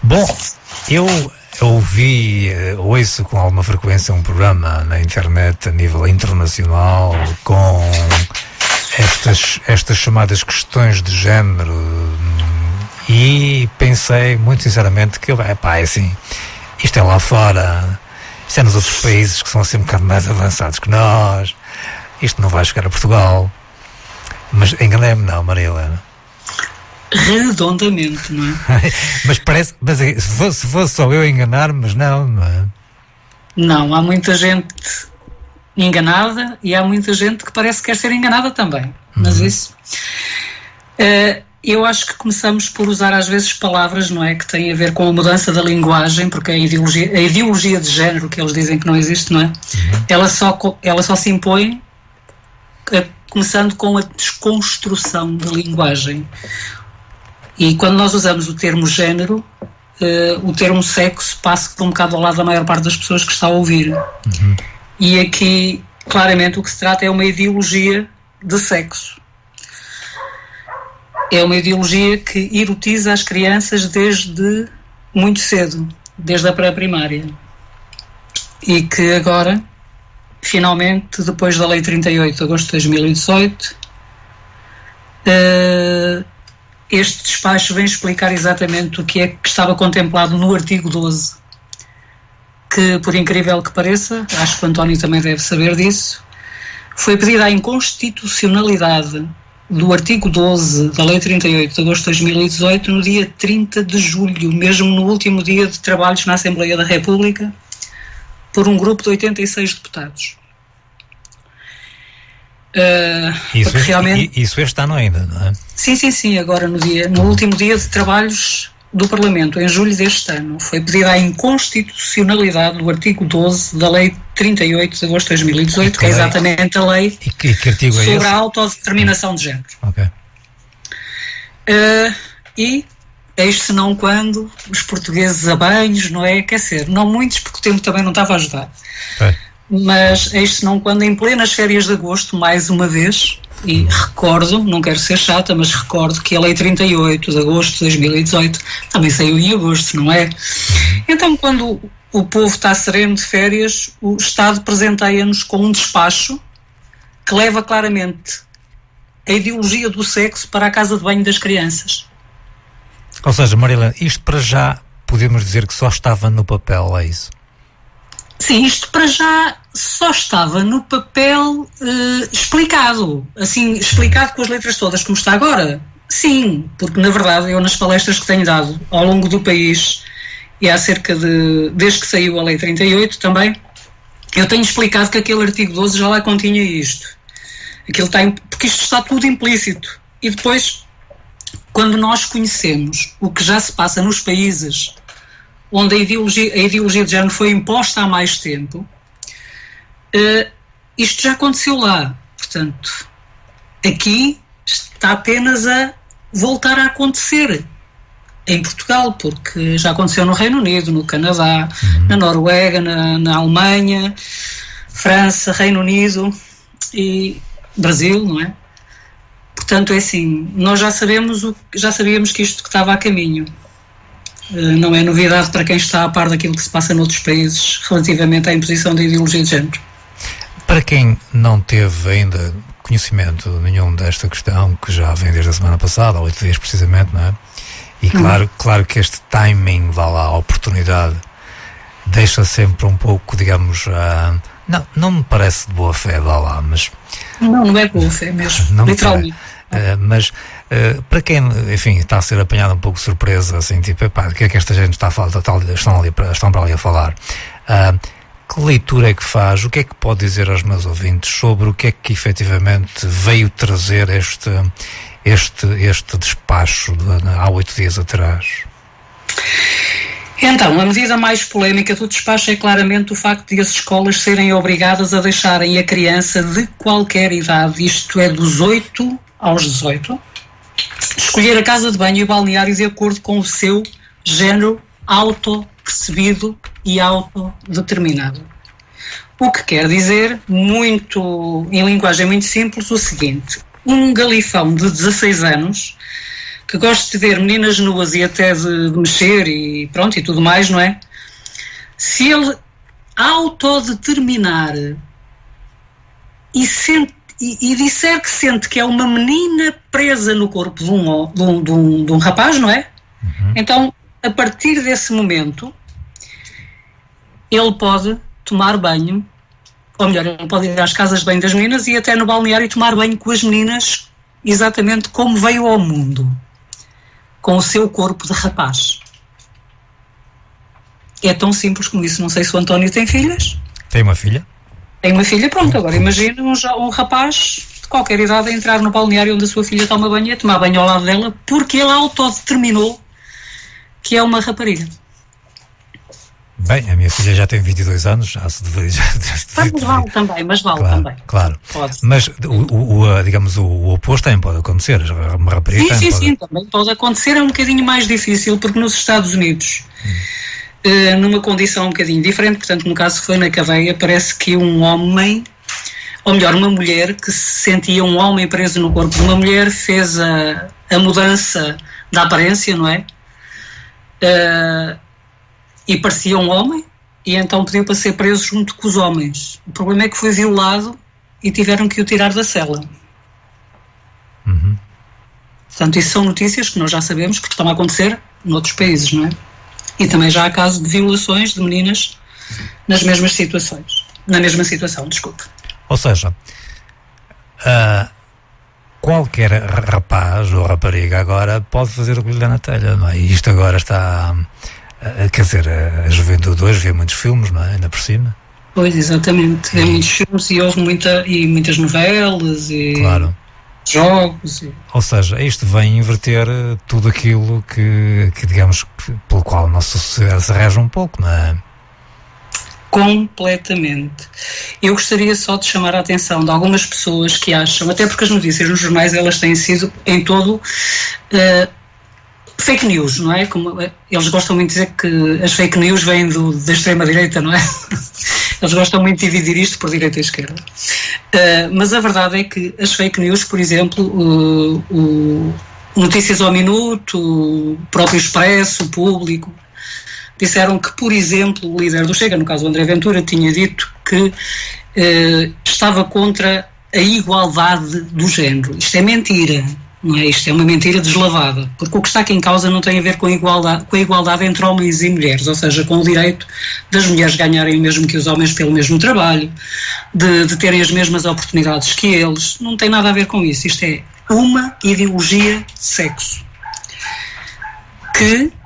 Bom, eu ouço com alguma frequência um programa na internet a nível internacional com estas chamadas questões de género, e pensei muito sinceramente que, é assim, isto é lá fora, isto é nos outros países que são assim um bocado mais avançados que nós, isto não vai chegar a Portugal. Mas enganei-me, não, Maria Helena? Redondamente, não é? mas se fosse só eu enganar, mas não é? Não, há muita gente enganada e há muita gente que parece que quer ser enganada também. Mas isso... eu acho que começamos por usar às vezes palavras, não é? Que têm a ver com a mudança da linguagem, porque a ideologia de género, que eles dizem que não existe, não é? Ela só se impõe começando com a desconstrução da linguagem. E quando nós usamos o termo género, o termo sexo passa por um bocado ao lado da maior parte das pessoas que está a ouvir. E aqui, claramente, o que se trata é uma ideologia de sexo. É uma ideologia que erotiza as crianças desde muito cedo, desde a pré-primária. E que agora, finalmente, depois da Lei 38 de agosto de 2018, este despacho vem explicar exatamente o que é que estava contemplado no artigo 12, que, por incrível que pareça, acho que o António também deve saber disso, foi pedida a inconstitucionalidade do artigo 12 da Lei 38 de agosto de 2018 no dia 30 de julho, mesmo no último dia de trabalhos na Assembleia da República, por um grupo de 86 deputados. Isso este ano ainda, não é? Sim, agora no último dia de trabalhos do Parlamento, em julho deste ano, foi pedida a inconstitucionalidade do artigo 12 da Lei 38 de agosto de 2018, que é exatamente a lei que artigo sobre é esse? A autodeterminação de género. Ok. E eis senão quando os portugueses a banhos, não é? Quer dizer, não muitos, porque o tempo também não estava a ajudar. Mas eis senão quando, em plenas férias de agosto, mais uma vez, e recordo, não quero ser chata, mas recordo que a Lei 38 de agosto de 2018 também saiu em agosto, não é? Então, quando o povo está sereno de férias, o Estado presenteia-nos com um despacho que leva claramente a ideologia do sexo para a casa de banho das crianças. Ou seja, Marilena, isto para já podemos dizer que só estava no papel, é isso? Sim, isto para já só estava no papel explicado, assim, explicado com as letras todas, como está agora. Sim, porque na verdade eu nas palestras que tenho dado ao longo do país e há cerca desde que saiu a Lei 38 também, eu tenho explicado que aquele artigo 12 já lá continha isto. Porque isto está tudo implícito. E depois, quando nós conhecemos o que já se passa nos países onde a ideologia de género foi imposta há mais tempo, isto já aconteceu lá. Portanto, aqui está apenas a voltar a acontecer em Portugal, porque já aconteceu no Reino Unido, no Canadá, na Noruega, na Alemanha, França, Reino Unido e Brasil, não é? Portanto, é assim, nós já sabíamos que isto que estava a caminho. Não é novidade para quem está a par daquilo que se passa noutros países relativamente à imposição da ideologia de género. Para quem não teve ainda conhecimento nenhum desta questão, que já vem desde a semana passada, há 8 dias precisamente, não é? E claro que este timing, vá lá, a oportunidade, deixa sempre um pouco, digamos, não me parece de boa fé, vá lá, mas... Não é boa fé mesmo, literalmente. Mas para quem, enfim, está a ser apanhado um pouco de surpresa, assim, tipo, o que é que esta gente está a falar, estão para ali a falar, que leitura é que faz, o que é que pode dizer aos meus ouvintes sobre o que é que efetivamente veio trazer este despacho há 8 dias atrás? Então, a medida mais polémica do despacho é claramente o facto de as escolas serem obrigadas a deixarem a criança de qualquer idade, isto é, dos 8 aos 18, escolher a casa de banho e o balneário de acordo com o seu género auto-percebido e autodeterminado. O que quer dizer, em linguagem muito simples, o seguinte: um galifão de 16 anos que gosta de ver meninas nuas e até de mexer e pronto, e tudo mais, não é? Se ele autodeterminar e disser que sente que é uma menina presa no corpo de um rapaz, não é? Então, a partir desse momento, ele pode tomar banho, ou melhor, ele pode ir às casas de banho das meninas e até no balneário tomar banho com as meninas, exatamente como veio ao mundo, com o seu corpo de rapaz. É tão simples como isso. Não sei se o António tem filhas. Tem uma filha? Tem uma filha, pronto. Agora imagina um rapaz de qualquer idade a entrar no balneário onde a sua filha toma banho e a tomar banho ao lado dela, porque ele autodeterminou que é uma rapariga. Bem, a minha filha já tem 22 anos, já se deveria... Vale também, mas vale claro, também. Claro, pode. Mas digamos, o oposto também pode acontecer. Uma rapariga sim, também pode acontecer. É um bocadinho mais difícil, porque nos Estados Unidos, numa condição um bocadinho diferente, portanto, no caso que foi na cadeia, parece que um homem, ou melhor, uma mulher que se sentia um homem preso no corpo de uma mulher, fez a mudança da aparência, não é? E parecia um homem, e então pediu para ser preso junto com os homens. O problema é que foi violado e tiveram que o tirar da cela. Portanto, isso são notícias que nós já sabemos, porque estão a acontecer noutros países, não é? E também já há casos de violações de meninas nas mesmas situações. Na mesma situação, desculpe. Ou seja, qualquer rapaz ou rapariga agora pode fazer o que lhe dá na telha, não é? E isto agora está... Quer dizer, a juventude hoje vê muitos filmes, não é? Ainda por cima. Pois, exatamente. Vê muitos filmes e houve muitas novelas e claro. Jogos. Ou seja, isto vem inverter tudo aquilo que digamos, pelo qual a nossa sociedade se rege um pouco, não é? Completamente. Eu gostaria só de chamar a atenção de algumas pessoas que acham, até porque as notícias nos jornais elas têm sido em todo... fake news, não é? Como eles gostam muito de dizer que as fake news vêm da extrema-direita, não é? Eles gostam muito de dividir isto por direita e esquerda. Mas a verdade é que as fake news, por exemplo, o Notícias ao Minuto, o próprio Expresso, o Público, disseram que, por exemplo, o líder do Chega, no caso o André Ventura, tinha dito que estava contra a igualdade do género. Isto é mentira. Não é? Isto é uma mentira deslavada, porque o que está aqui em causa não tem a ver com a igualdade entre homens e mulheres, ou seja, com o direito das mulheres ganharem o mesmo que os homens pelo mesmo trabalho, de terem as mesmas oportunidades que eles. Não tem nada a ver com isso. Isto é uma ideologia de sexo que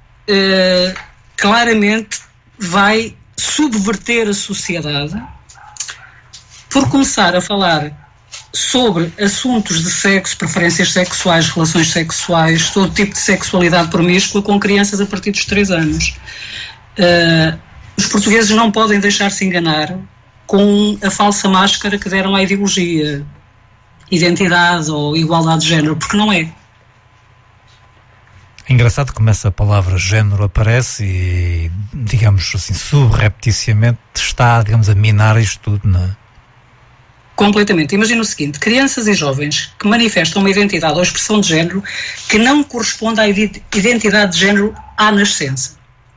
claramente vai subverter a sociedade por começar a falar sobre assuntos de sexo, preferências sexuais, relações sexuais, todo tipo de sexualidade promíscua com crianças a partir dos 3 anos. Os portugueses não podem deixar-se enganar com a falsa máscara que deram à ideologia, identidade ou igualdade de género, porque não é. É engraçado como essa palavra género aparece e, digamos assim, subrepticiamente está, digamos, a minar isto tudo, não é? Completamente. Imagina o seguinte: crianças e jovens que manifestam uma identidade ou expressão de género que não corresponde à identidade de género à nascença.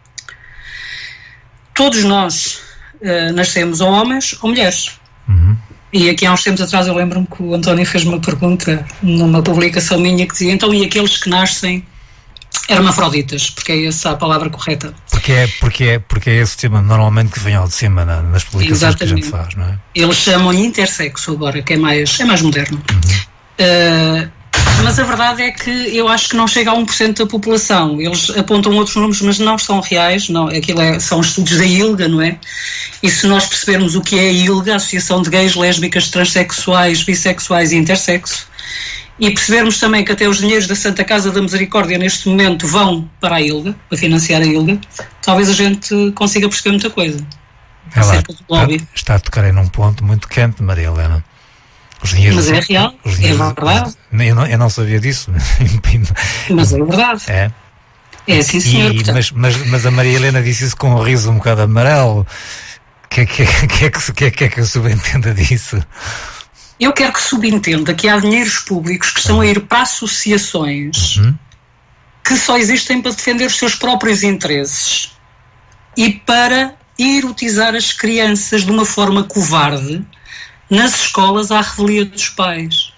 Todos nós nascemos ou homens ou mulheres. E aqui há uns tempos atrás eu lembro-me que o António fez uma pergunta numa publicação minha que dizia: então, e aqueles que nascem hermafroditas? Porque é essa a palavra correta. Porque é esse tema normalmente que vem ao de cima nas publicações. Exatamente. Que a gente faz, não é? Eles chamam intersexo agora, que é mais moderno. Mas a verdade é que eu acho que não chega a 1% da população. Eles apontam outros números, mas não são reais. Não, são estudos da ILGA, não é? E se nós percebermos o que é a ILGA, a Associação de Gays, Lésbicas, Transsexuais, Bissexuais e Intersexo, e percebermos também que até os dinheiros da Santa Casa da Misericórdia neste momento vão para a ILGA, para financiar a ILGA, talvez a gente consiga perceber muita coisa. Está a tocar aí num ponto muito quente, Maria Helena. Mas é real, é verdade. Eu não sabia disso. Mas é verdade. É sim, senhor. Mas a Maria Helena disse isso com um riso um bocado amarelo. O que é que a subentenda disso? eu quero que subentenda que há dinheiros públicos que estão a ir para associações que só existem para defender os seus próprios interesses e para erotizar as crianças de uma forma covarde nas escolas à revelia dos pais.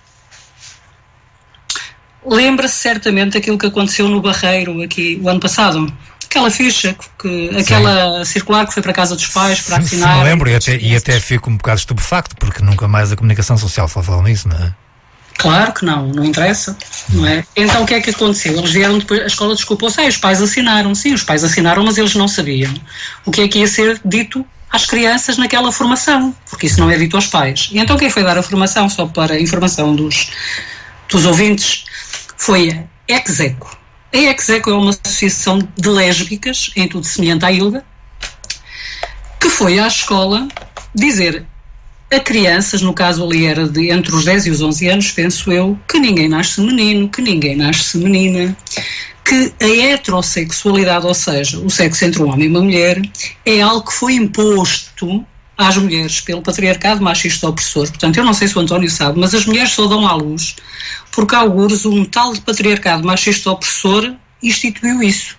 Lembra-se certamente aquilo que aconteceu no Barreiro aqui o ano passado. Aquela ficha, aquela circular que foi para a casa dos pais para assinar. Sim, me lembro e até fico um bocado estupefacto, porque nunca mais a comunicação social falou nisso, não é? Claro que não interessa, não é? Então o que é que aconteceu? Eles vieram depois, a escola desculpou-se, os pais assinaram. Sim, os pais assinaram, mas eles não sabiam o que é que ia ser dito às crianças naquela formação, porque isso não é dito aos pais. E então quem foi dar a formação, só para a informação dos ouvintes, foi a Execo. A Execo é uma associação de lésbicas, em tudo semelhante à ILGA, que foi à escola dizer a crianças, no caso ali era entre os 10 e os 11 anos, penso eu, que ninguém nasce menino, que ninguém nasce menina, que a heterossexualidade, ou seja, o sexo entre um homem e uma mulher, é algo que foi imposto às mulheres pelo patriarcado machista opressor. Portanto, eu não sei se o António sabe, mas as mulheres só dão à luz porque algures um tal de patriarcado machista opressor instituiu isso.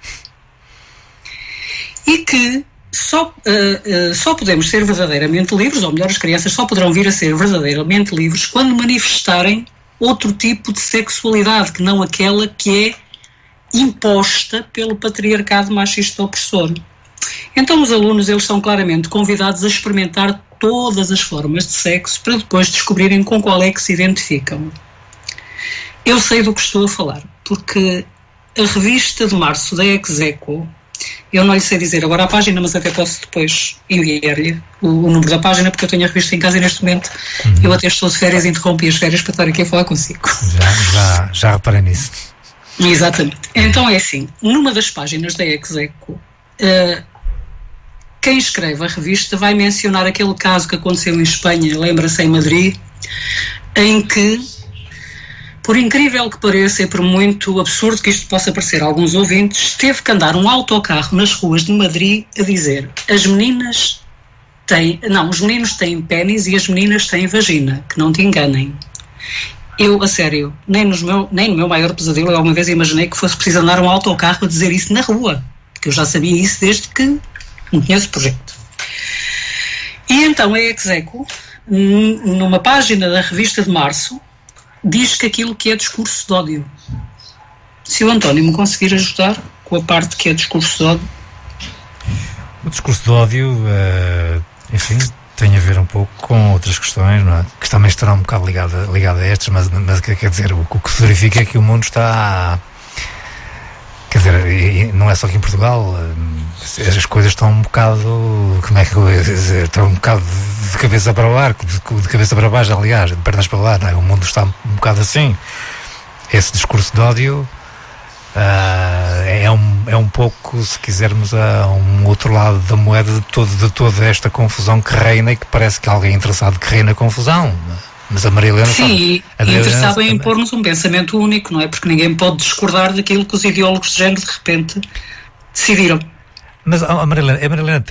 E que só podemos ser verdadeiramente livres, ou melhor, as crianças só poderão vir a ser verdadeiramente livres quando manifestarem outro tipo de sexualidade, que não aquela que é imposta pelo patriarcado machista opressor. Então os alunos, eles são claramente convidados a experimentar todas as formas de sexo para depois descobrirem com qual é que se identificam. Eu sei do que estou a falar, porque a revista de março da Execo, eu não lhe sei dizer agora a página, mas até posso depois enviar-lhe o número da página, porque eu tenho a revista em casa e neste momento eu até estou de férias e interrompi as férias para estar aqui a falar consigo. Já reparei nisso. Exatamente. Então é assim, numa das páginas da Execo, quem escreve a revista vai mencionar aquele caso que aconteceu em Espanha, lembra-se, em Madrid, em que, por incrível que pareça e por muito absurdo que isto possa parecer a alguns ouvintes, teve que andar um autocarro nas ruas de Madrid a dizer: os meninos têm pênis e as meninas têm vagina, que não te enganem. Eu, a sério, nem no meu maior pesadelo eu alguma vez imaginei que fosse preciso andar um autocarro a dizer isso na rua, porque eu já sabia isso desde que conheço o projeto. E então a Execo, numa página da revista de março, diz que aquilo que é discurso de ódio. Se o António me conseguir ajudar com a parte que é discurso de ódio. O discurso de ódio, enfim, tem a ver um pouco com outras questões, não é? Que também estarão um bocado ligado a estas, mas quer dizer, o que se verifica é que o mundo está... Quer dizer, não é só aqui em Portugal, as coisas estão um bocado, como é que eu ia dizer, estão um bocado de cabeça para o ar, de cabeça para baixo, aliás, de pernas para o ar, não é? O mundo está um bocado assim. Esse discurso de ódio é um pouco, se quisermos, um outro lado da moeda de toda esta confusão que reina e que parece que alguém interessado que reina a confusão. Mas a Maria Helena... Sim, e interessava em impor-nos um pensamento único, não é? Porque ninguém pode discordar daquilo que os ideólogos de género de repente decidiram. Mas a Maria Helena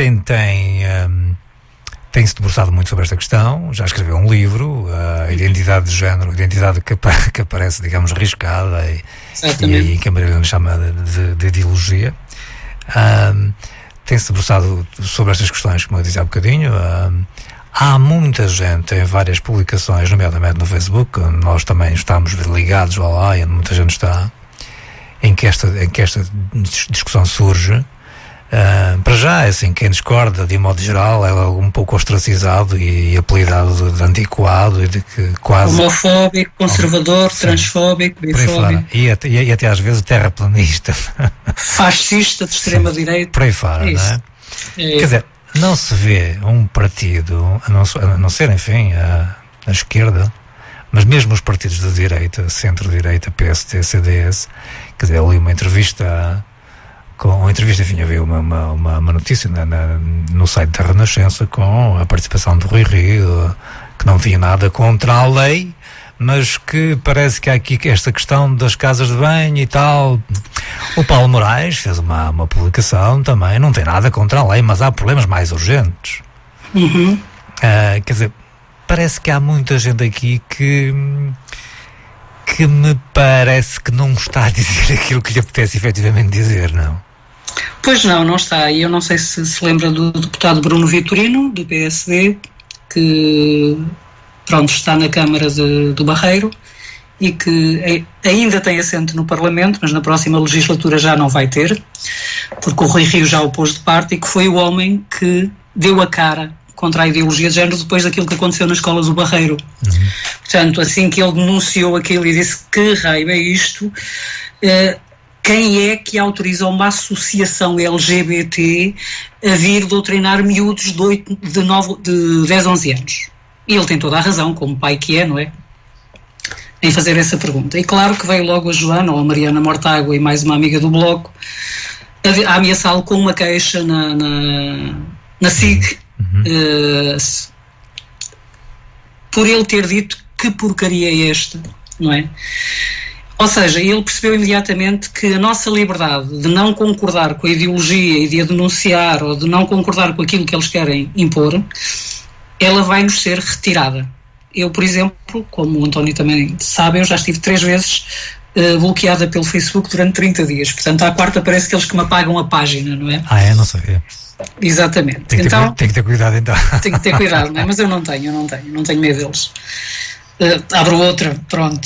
tem-se debruçado muito sobre esta questão, já escreveu um livro, a Identidade de Género, identidade que aparece, digamos, riscada e que a Maria Helena chama de ideologia. Tem-se debruçado sobre estas questões, como eu disse há bocadinho. Há muita gente em várias publicações, nomeadamente no Facebook, onde nós também estamos ligados lá, e onde muita gente está, em que esta discussão surge. Para já, assim, quem discorda, de modo geral, é um pouco ostracizado e apelidado de antiquado e de que quase... homofóbico, conservador, transfóbico, bifóbico. E até às vezes terraplanista. Fascista de extrema-direita. Por aí fora, não é? Quer dizer, não se vê um partido, a não ser, enfim, a esquerda, mas mesmo os partidos de direita, centro-direita, PSD, CDS, quer dizer, eu li uma entrevista, enfim, havia uma notícia no site da Renascença com a participação do Rui Rio, que não tinha nada contra a lei, mas que parece que há aqui esta questão das casas de banho e tal. O Paulo Moraes fez uma publicação também, não tem nada contra a lei, mas há problemas mais urgentes. Quer dizer, parece que há muita gente aqui que me parece que não está a dizer aquilo que lhe apetece efetivamente dizer, não? Pois não está. E eu não sei se lembra do deputado Bruno Vitorino, do PSD, que está na Câmara do Barreiro e que ainda tem assento no Parlamento, mas na próxima legislatura já não vai ter, porque o Rui Rio já o pôs de parte, e que foi o homem que deu a cara contra a ideologia de género depois daquilo que aconteceu nas escolas do Barreiro. Portanto, assim que ele denunciou aquilo e disse que raio é isto, quem é que autoriza uma associação LGBT a vir doutrinar miúdos de 10, 11 anos? E ele tem toda a razão, como pai que é, não é? Em fazer essa pergunta. E claro que veio logo a Joana ou a Mariana Mortágua e mais uma amiga do Bloco a ameaçá-lo com uma queixa na SIC, por ele ter dito que porcaria é esta, não é? Ou seja, ele percebeu imediatamente que a nossa liberdade de não concordar com a ideologia e de a denunciar ou de não concordar com aquilo que eles querem impor, ela vai nos ser retirada. Eu, por exemplo, como o António também sabe, eu já estive 3 vezes bloqueada pelo Facebook durante 30 dias. Portanto, à quarta parece que eles que me apagam a página, não é? Não sabia. Exatamente. Tem que ter cuidado então. Tem que ter cuidado, não é? Mas eu não tenho medo deles. Abro outra, pronto.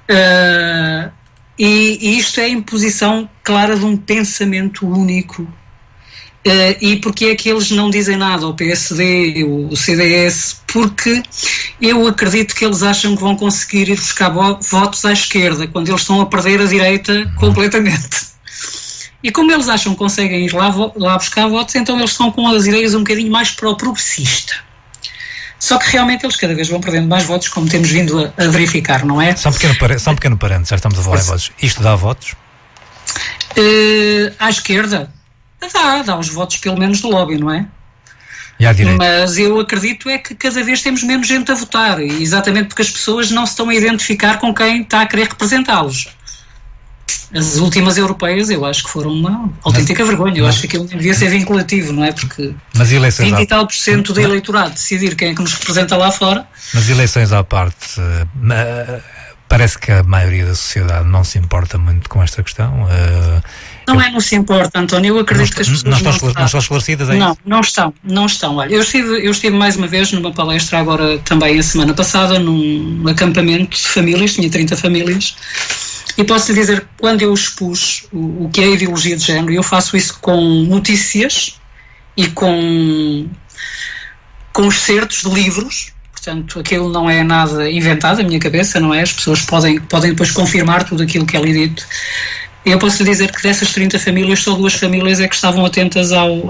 E isto é a imposição clara de um pensamento único. E porque é que eles não dizem nada ao PSD, o CDS? Porque eu acredito que eles acham que vão conseguir ir buscar votos à esquerda, quando eles estão a perder a direita completamente. E como eles acham que conseguem ir lá buscar votos, então eles estão com as ideias um bocadinho mais para o progressista. Só que realmente eles cada vez vão perdendo mais votos, como temos vindo a verificar, não é? Só um pequeno parênteses, já estamos a falar em votos. Isto dá votos? À esquerda? Dá os votos pelo menos do lobby, não é? E à direita? Mas eu acredito é que cada vez temos menos gente a votar, e exatamente porque as pessoas não se estão a identificar com quem está a querer representá-los. As últimas europeias eu acho que foram uma autêntica vergonha. Eu acho que aquilo devia ser vinculativo, não é? Porque 20 e tal % do eleitorado decidir quem é que nos representa lá fora. Mas eleições à parte, parece que a maioria da sociedade não se importa muito com esta questão. Não se importa, António. Eu acredito que as pessoas não estão esclarecidas, é isso? Não estão. Olha, eu estive mais uma vez numa palestra agora também a semana passada, num acampamento de famílias, tinha 30 famílias. E posso lhe dizer, quando eu expus o que é a ideologia de género, eu faço isso com notícias e com excertos de livros. Portanto, aquilo não é nada inventado da minha cabeça, não é? As pessoas podem depois confirmar tudo aquilo que é lhe dito. Eu posso lhe dizer que dessas 30 famílias, só 2 famílias é que estavam atentas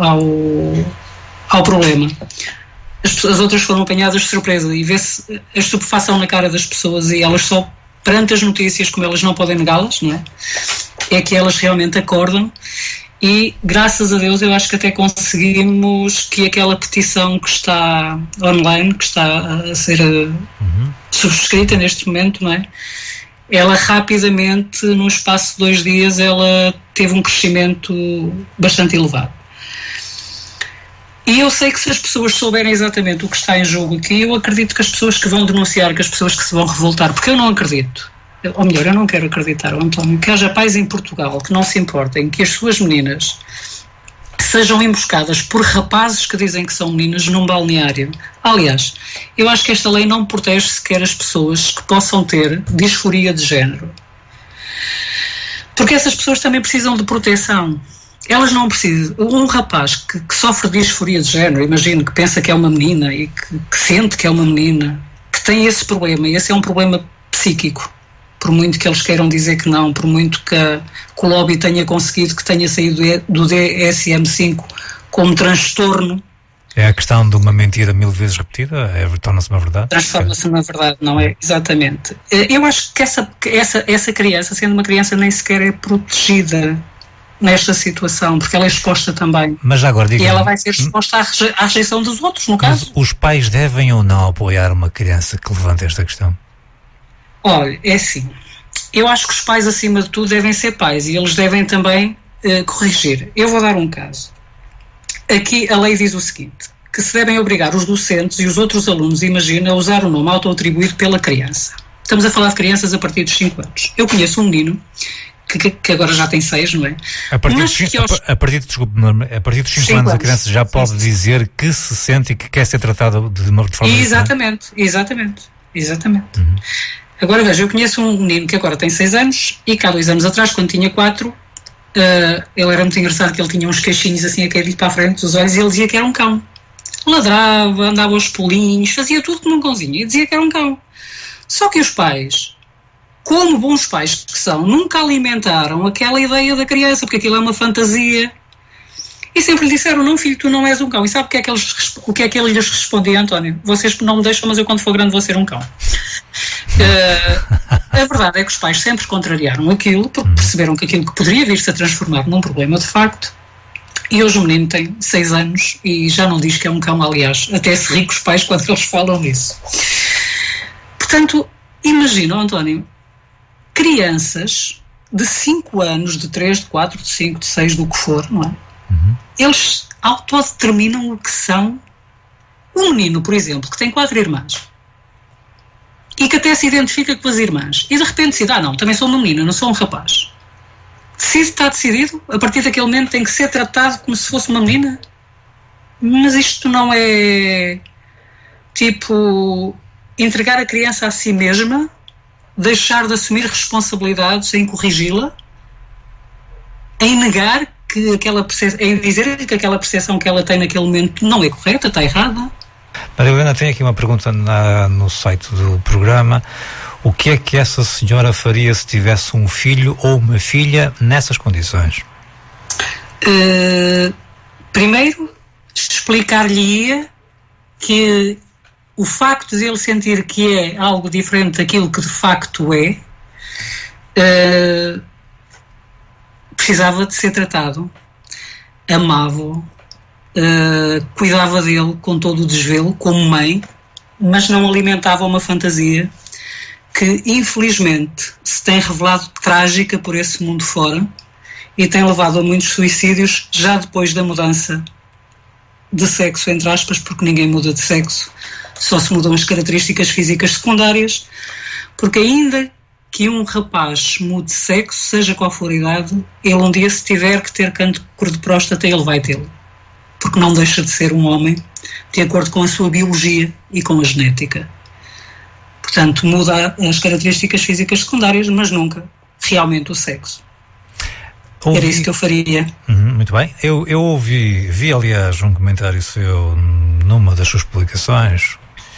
ao problema. As outras foram apanhadas de surpresa, e vê-se a estupefação na cara das pessoas, e elas só, perante as notícias, como elas não podem negá-las, não é? É que elas realmente acordam, e graças a Deus eu acho que até conseguimos que aquela petição que está online, que está a ser subscrita neste momento, não é? Ela rapidamente, no espaço de 2 dias, ela teve um crescimento bastante elevado. E eu sei que se as pessoas souberem exatamente o que está em jogo aqui, eu acredito que as pessoas que vão denunciar, que as pessoas que se vão revoltar, porque eu não acredito, ou melhor, eu não quero acreditar, António, que haja pais em Portugal que não se importem que as suas meninas sejam emboscadas por rapazes que dizem que são meninas num balneário. Aliás, eu acho que esta lei não protege sequer as pessoas que possam ter disforia de género. Porque essas pessoas também precisam de proteção. Elas não precisam. Um rapaz que sofre de disforia de género, imagino, que pensa que é uma menina e que sente que é uma menina, que tem esse problema, e esse é um problema psíquico, por muito que eles queiram dizer que não, por muito que o lobby tenha conseguido que tenha saído do DSM-5 como transtorno. É a questão de uma mentira 1000 vezes repetida? Torna-se uma verdade? Transforma-se numa verdade, não é? Exatamente. Eu acho que essa criança, sendo uma criança, nem sequer é protegida nesta situação, porque ela é exposta também. Mas já agora, e ela vai ser exposta à rejeição dos outros, no caso. Mas os pais devem ou não apoiar uma criança que levanta esta questão? Olha, é assim. Eu acho que os pais, acima de tudo, devem ser pais, e eles devem também corrigir. Eu vou dar um caso. Aqui a lei diz o seguinte, que se devem obrigar os docentes e os outros alunos, imagina, a usar o nome autoatribuído pela criança. Estamos a falar de crianças a partir dos 5 anos. Eu conheço um menino que agora já tem 6, não é? A partir dos 5 anos a criança já pode dizer que se sente e que quer ser tratada de forma diferente. Exatamente. Uhum. Agora veja, eu conheço um menino que agora tem 6 anos e que há 2 anos atrás, quando tinha 4, ele era muito engraçado, que ele tinha uns queixinhos assim a cair para a frente dos olhos e ele dizia que era um cão. Ladrava, andava aos pulinhos, fazia tudo como um cãozinho e dizia que era um cão. Só que os pais, como bons pais que são, nunca alimentaram aquela ideia da criança, porque aquilo é uma fantasia. E sempre lhe disseram, não filho, tu não és um cão. E sabe o que é que ele lhes respondia, António? Vocês não me deixam, mas eu quando for grande vou ser um cão. A verdade é que os pais sempre contrariaram aquilo, porque perceberam que aquilo que poderia vir-se a transformar num problema de facto. E hoje o menino tem 6 anos e já não diz que é um cão, aliás, até se ri com os pais quando eles falam nisso. Portanto, imagina, António, crianças de 5 anos, de 3, de 4, de 5, de 6, do que for, não é? Uhum. Eles autodeterminam o que são. Um menino, por exemplo, que tem 4 irmãs e que até se identifica com as irmãs e de repente decide, não, também sou uma menina, não sou um rapaz. Está decidido, a partir daquele momento tem que ser tratado como se fosse uma menina. Mas isto não é tipo entregar a criança a si mesma, deixar de assumir responsabilidades em corrigi-la, em negar que aquela percepção, em dizer que aquela percepção que ela tem naquele momento não é correta, está errada. Maria Helena, tem aqui uma pergunta no site do programa. O que é que essa senhora faria se tivesse um filho ou uma filha nessas condições? Primeiro, explicar-lhe-ia que o facto de ele sentir que é algo diferente daquilo que de facto é, precisava de ser tratado, amava-o, cuidava dele com todo o desvelo, como mãe, mas não alimentava uma fantasia que infelizmente se tem revelado trágica por esse mundo fora e tem levado a muitos suicídios já depois da mudança de sexo, entre aspas, porque ninguém muda de sexo, só se mudam as características físicas secundárias, porque ainda que um rapaz mude de sexo, seja qual for a idade, ele um dia, se tiver que ter cancro de próstata, ele vai tê-lo, porque não deixa de ser um homem de acordo com a sua biologia e com a genética. Portanto, muda as características físicas secundárias, mas nunca realmente o sexo. Era isso que eu faria. Muito bem. Eu vi aliás um comentário seu numa das suas publicações,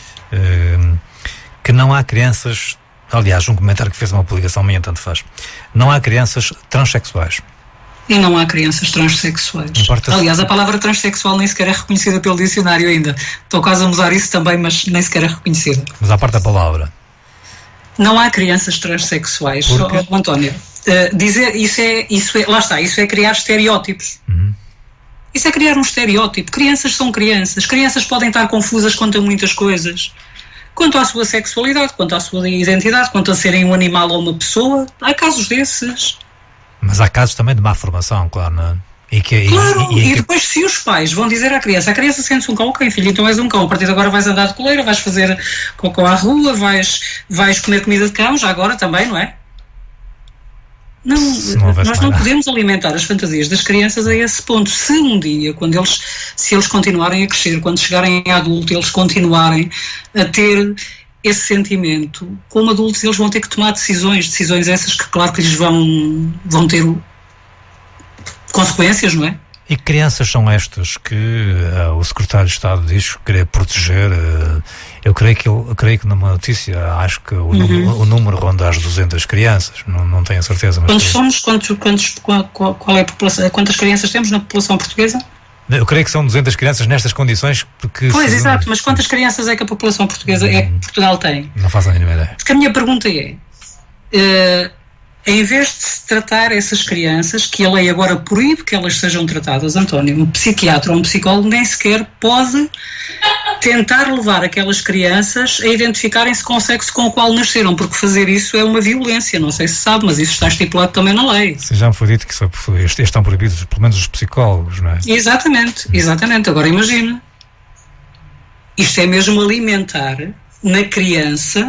que não há crianças, aliás, um comentário que fez uma publicação minha, tanto faz, não há crianças transexuais. E não há crianças transexuais. Aliás, a palavra transexual nem sequer é reconhecida pelo dicionário ainda. Estou quase a mudar isso também, mas nem sequer é reconhecida. Mas à parte da palavra. Não há crianças transexuais, António. Dizer isso é criar estereótipos. Isso é criar um estereótipo. Crianças são crianças. Crianças podem estar confusas quanto a muitas coisas. Quanto à sua sexualidade, quanto à sua identidade, quanto a serem um animal ou uma pessoa. Há casos desses. Mas há casos também de má formação, claro, não é? E depois, se os pais vão dizer à criança sente-se um cão, ok, filho, então és um cão, a partir de agora vais andar de coleira, vais fazer cocô à rua, vais comer comida de cão, já agora também, não é? Não, nós não podemos alimentar as fantasias das crianças a esse ponto. Se um dia, se eles continuarem a crescer, quando chegarem a adulto, eles continuarem a ter esse sentimento, como adultos eles vão ter que tomar decisões essas que claro que lhes vão ter consequências, não é? E que crianças são estas que o secretário de Estado diz querer proteger? Eu creio que numa notícia, acho que o número ronda as 200 crianças, não tenho a certeza. Mas qual é a população, quantas crianças temos na população portuguesa? Eu creio que são 200 crianças nestas condições. Exato, mas quantas crianças é que a população portuguesa é que Portugal tem? Não faço a mínima ideia. Porque a minha pergunta é, em vez de se tratar essas crianças, que a lei agora proíbe que elas sejam tratadas, António, um psiquiatra ou um psicólogo nem sequer pode tentar levar aquelas crianças a identificarem-se com o sexo com o qual nasceram, porque fazer isso é uma violência, não sei se sabe, mas isso está estipulado também na lei. Sim, já me foi dito que estão proibidos, pelo menos os psicólogos, não é? Exatamente. Agora imagina. Isto é mesmo alimentar na criança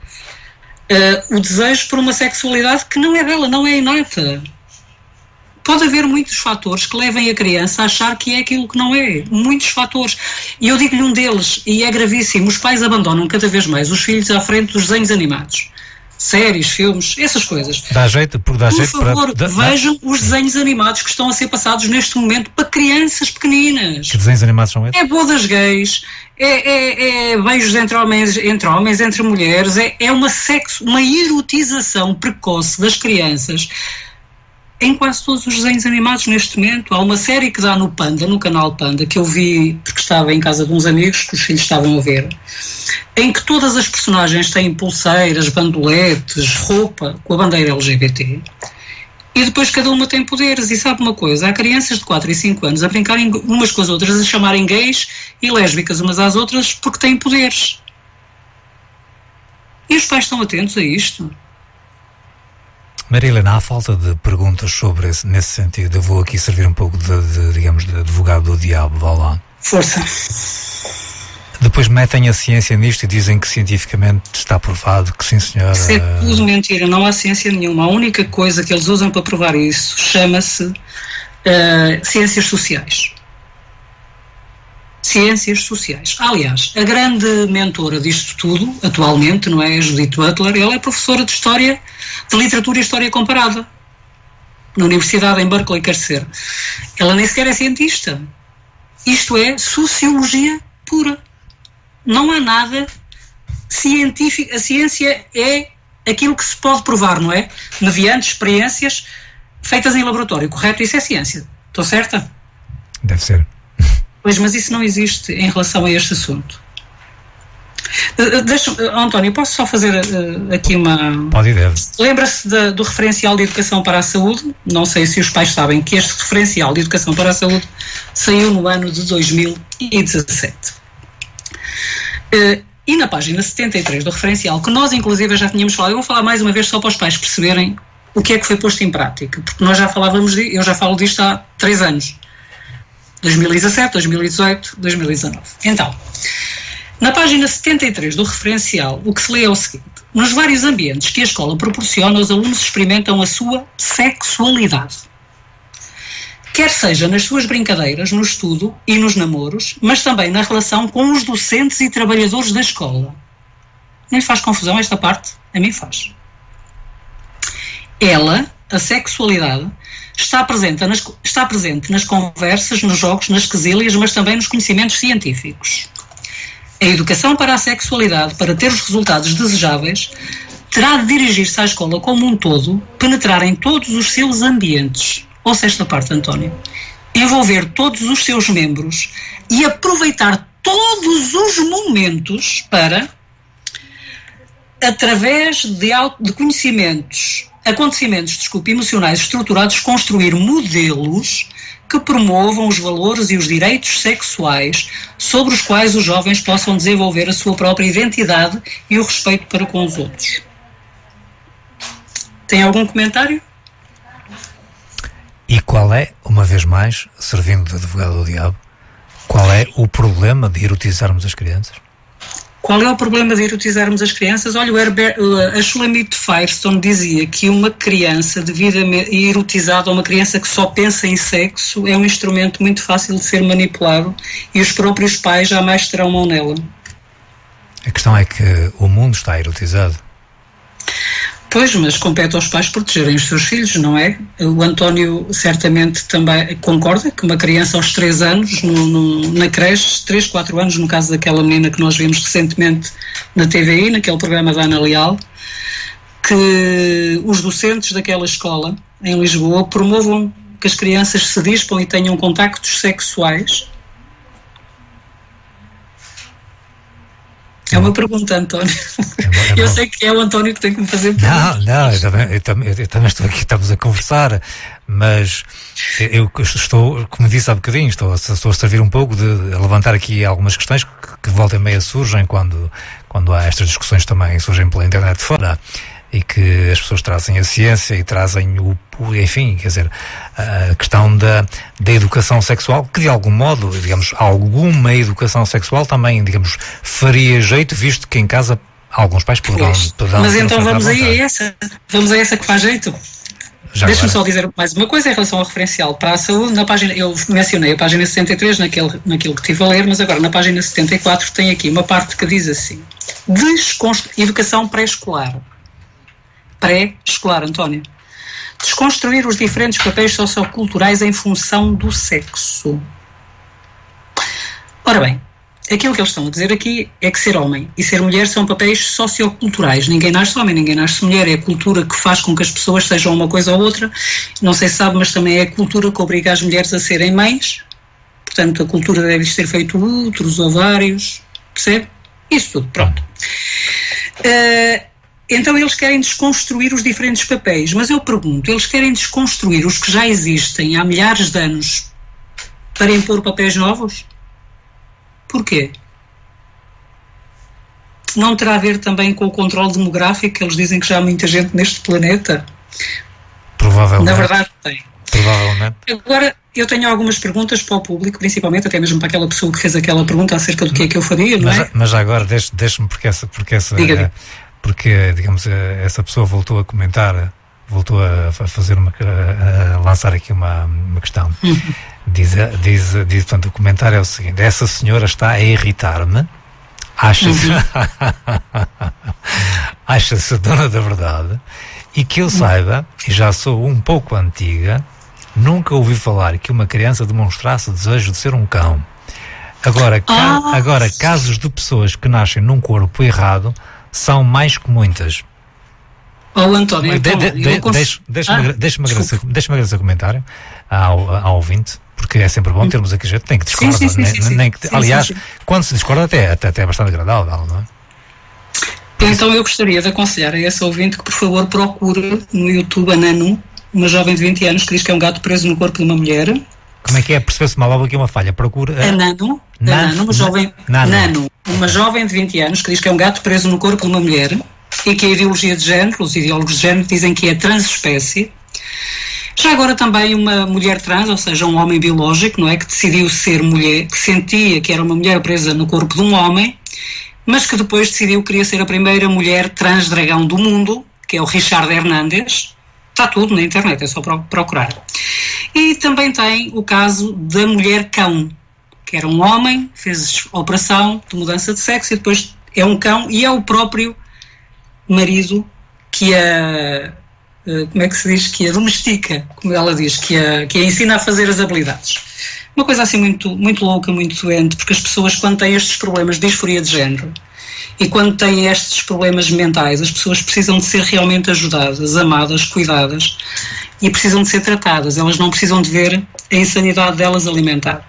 o desejo por uma sexualidade que não é dela, não é inata. Pode haver muitos fatores que levem a criança a achar que é aquilo que não é. Muitos fatores. E eu digo-lhe um deles, e é gravíssimo, os pais abandonam cada vez mais os filhos à frente dos desenhos animados. Séries, filmes, essas coisas. Dá jeito, porque dá jeito. Por favor, vejam os desenhos animados que estão a ser passados neste momento para crianças pequeninas. Que desenhos animados são esses? É bodas gays, é beijos entre homens, entre mulheres, é uma erotização precoce das crianças em quase todos os desenhos animados neste momento. Há uma série que dá no Panda, no canal Panda, que eu vi porque estava em casa de uns amigos que os filhos estavam a ver, em que todas as personagens têm pulseiras, bandoletes, roupa com a bandeira LGBT, e depois cada uma tem poderes. E sabe uma coisa? Há crianças de 4 e 5 anos a brincarem umas com as outras, a chamarem gays e lésbicas umas às outras porque têm poderes. E os pais estão atentos a isto? Maria Helena, há falta de perguntas sobre nesse sentido. Eu vou aqui servir um pouco digamos, de advogado do diabo, vá lá. Força. Depois metem a ciência nisto e dizem que cientificamente está provado que sim, senhora. Isso é tudo mentira, não há ciência nenhuma. A única coisa que eles usam para provar isso chama-se ciências sociais. Ciências sociais. Aliás, a grande mentora disto tudo, atualmente, não é? A Judith Butler, ela é professora de História, de Literatura e História Comparada, na Universidade em Berkeley, quer ser. Ela nem sequer é cientista. Isto é sociologia pura. Não há nada científico. A ciência é aquilo que se pode provar, não é? Mediante experiências feitas em laboratório, correto? Isso é ciência. Estou certa? Deve ser. Pois, mas isso não existe em relação a este assunto. António, posso só fazer aqui uma... Pode e deve. Lembra-se do referencial de educação para a saúde? Não sei se os pais sabem que este referencial de educação para a saúde saiu no ano de 2017. E na página 73 do referencial, que nós inclusive já tínhamos falado, eu vou falar mais uma vez só para os pais perceberem o que é que foi posto em prática, porque nós já falávamos, eu já falo disto há 3 anos. 2017, 2018, 2019. Então, na página 73 do referencial, o que se lê é o seguinte: nos vários ambientes que a escola proporciona, os alunos experimentam a sua sexualidade. Quer seja nas suas brincadeiras, no estudo e nos namoros, mas também na relação com os docentes e trabalhadores da escola. Não lhe faz confusão esta parte? A mim faz. A sexualidade, está presente nas conversas, nos jogos, nas quesílias, mas também nos conhecimentos científicos. A educação para a sexualidade, para ter os resultados desejáveis, terá de dirigir-se à escola como um todo, penetrar em todos os seus ambientes. Ouça esta parte, António. Envolver todos os seus membros e aproveitar todos os momentos para, através de acontecimentos emocionais estruturados, construir modelos que promovam os valores e os direitos sexuais sobre os quais os jovens possam desenvolver a sua própria identidade e o respeito para com os outros. Tem algum comentário? E qual é, uma vez mais, servindo de advogado do diabo, qual é o problema de erotizarmos as crianças? Qual é o problema de erotizarmos as crianças? Olha, a Shulamit Firestone dizia que uma criança devidamente erotizada, uma criança que só pensa em sexo, é um instrumento muito fácil de ser manipulado e os próprios pais jamais terão mão nela. A questão é que o mundo está erotizado. Pois, mas compete aos pais protegerem os seus filhos, não é? O António certamente também concorda que uma criança aos 3 anos, na creche, 3, 4 anos, no caso daquela menina que nós vimos recentemente na TVI, naquele programa da Ana Leal, que os docentes daquela escola, em Lisboa, promovam que as crianças se dispam e tenham contactos sexuais. É uma pergunta, António. Eu sei que é o António que tem que me fazer perguntas. Não, eu também estou aqui, estamos a conversar, mas eu estou, como disse há bocadinho, estou a servir um pouco de levantar aqui algumas questões que volta e meia surgem quando há estas discussões também, surgem pela internet fora. e que as pessoas trazem a ciência e trazem enfim, quer dizer, a questão da educação sexual, que de algum modo, digamos, alguma educação sexual também, digamos, faria jeito, visto que em casa alguns pais poderão. Mas então vamos a essa que faz jeito. Deixa-me só dizer mais uma coisa em relação ao referencial para a saúde. Na página, eu mencionei a página 63 naquilo que estive a ler, mas agora na página 74 tem aqui uma parte que diz assim: educação pré-escolar. Pré-escolar, António. Desconstruir os diferentes papéis socioculturais em função do sexo. Ora bem, aquilo que eles estão a dizer aqui é que ser homem e ser mulher são papéis socioculturais. Ninguém nasce homem, ninguém nasce mulher. É a cultura que faz com que as pessoas sejam uma coisa ou outra. Não sei se sabe, mas também é a cultura que obriga as mulheres a serem mães. Portanto, a cultura deve ter feito úteros, ovários, percebe? Isso tudo, pronto. Então eles querem desconstruir os diferentes papéis, mas eu pergunto, eles querem desconstruir os que já existem há milhares de anos para impor papéis novos? Porquê? Não terá a ver também com o controle demográfico, que eles dizem que já há muita gente neste planeta? Provavelmente. Na verdade tem. Provavelmente. Agora, eu tenho algumas perguntas para o público, principalmente até mesmo para aquela pessoa que fez aquela pergunta acerca do que é que eu faria, não é? Mas agora deixe-me, porque, digamos, essa pessoa voltou a comentar, voltou a fazer a lançar aqui uma questão. Diz, portanto, o comentário é o seguinte: essa senhora está a irritar-me, acha-se dona da verdade, e que eu saiba, e já sou um pouco antiga, nunca ouvi falar que uma criança demonstrasse desejo de ser um cão. Agora, casos de pessoas que nascem num corpo errado são mais que muitas. António, deixa-me agradecer o comentário ao ouvinte, porque é sempre bom termos aqui gente, tem que discordar. Aliás, quando se discorda até é bastante agradável, não é? Então eu gostaria de aconselhar a esse ouvinte que, por favor, procure no YouTube a Nanu, uma jovem de 20 anos que diz que é um gato preso no corpo de uma mulher. Como é que é? Percebeu-se mal logo aqui uma falha. Procura a Nanu, uma jovem de 20 anos que diz que é um gato preso no corpo de uma mulher e que a ideologia de género, os ideólogos de género dizem que é transespécie. Já agora também uma mulher trans, ou seja, um homem biológico, não é, que decidiu ser mulher, que sentia que era uma mulher presa no corpo de um homem, mas que depois decidiu que queria ser a primeira mulher trans dragão do mundo, que é o Richard Hernandes. Está tudo na internet, é só procurar. E também tem o caso da mulher cão, que era um homem, fez operação de mudança de sexo e depois é um cão e é o próprio marido que como é que se diz? Que a domestica, como ela diz, que a ensina a fazer as habilidades. Uma coisa assim muito, muito louca, muito doente, porque as pessoas, quando têm estes problemas de disforia de género e quando têm estes problemas mentais, as pessoas precisam de ser realmente ajudadas, amadas, cuidadas e precisam de ser tratadas. Elas não precisam de ver a insanidade delas alimentar.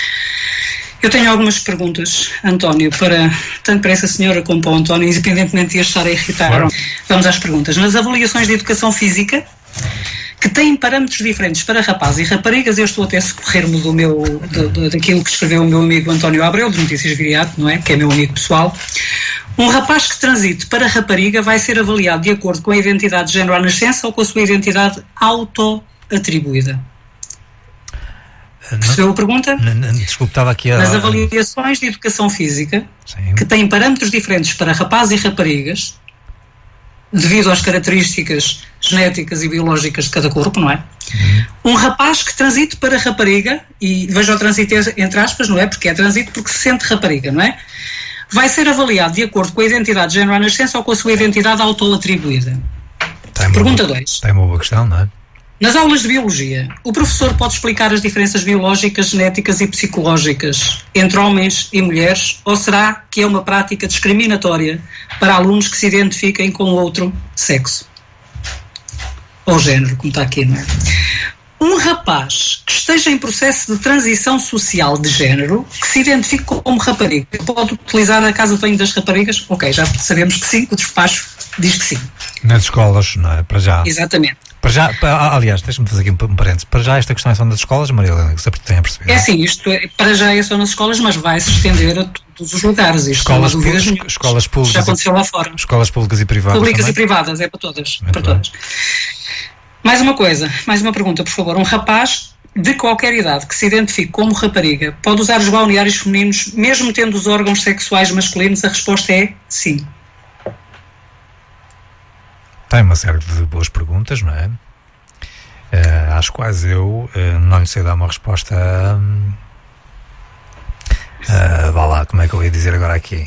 Eu tenho algumas perguntas, António, tanto para essa senhora como para o António, independentemente de estar a irritar. Claro. Vamos às perguntas. Nas avaliações de educação física, que têm parâmetros diferentes para rapazes e raparigas, eu estou até a socorrer-me daquilo que escreveu o meu amigo António Abreu, de Notícias Viriato, não é? Que é meu amigo pessoal. Um rapaz que transite para rapariga vai ser avaliado de acordo com a identidade de género à nascença ou com a sua identidade auto-atribuída. Percebeu a pergunta? Desculpe, estava aqui Nas avaliações de educação física, sim, que têm parâmetros diferentes para rapazes e raparigas, devido às características genéticas e biológicas de cada corpo, não é? Um rapaz que transite para rapariga, e veja o transito entre aspas, não é? Porque é transito porque se sente rapariga, não é? Vai ser avaliado de acordo com a identidade de género à nascença ou com a sua identidade auto-atribuída. Pergunta 2. Tem uma boa questão, não é? Nas aulas de biologia, o professor pode explicar as diferenças biológicas, genéticas e psicológicas entre homens e mulheres, ou será que é uma prática discriminatória para alunos que se identifiquem com outro sexo? Ou género, como está aqui, não é? Um rapaz que esteja em processo de transição social de género, que se identifique como rapariga, pode utilizar a casa de banho das raparigas? Ok, já sabemos que sim, o despacho diz que sim. Nas escolas, não é? Para já. Exatamente. Para já, aliás, deixa-me fazer aqui um parênteses. Para já esta questão é só nas escolas, Maria Helena, que você tem a perceber? É assim, isto para já é só nas escolas, mas vai se estender a todos os lugares. Escolas públicas. Já aconteceu lá fora. Escolas públicas e privadas. Públicas também? E privadas, é para todas. Para todas. Mais uma coisa, mais uma pergunta, por favor. Um rapaz de qualquer idade que se identifique como rapariga pode usar os balneários femininos mesmo tendo os órgãos sexuais masculinos? A resposta é sim. Tem uma série de boas perguntas, não é? Às quais eu não lhe sei dar uma resposta. Vá lá, como é que eu ia dizer agora aqui?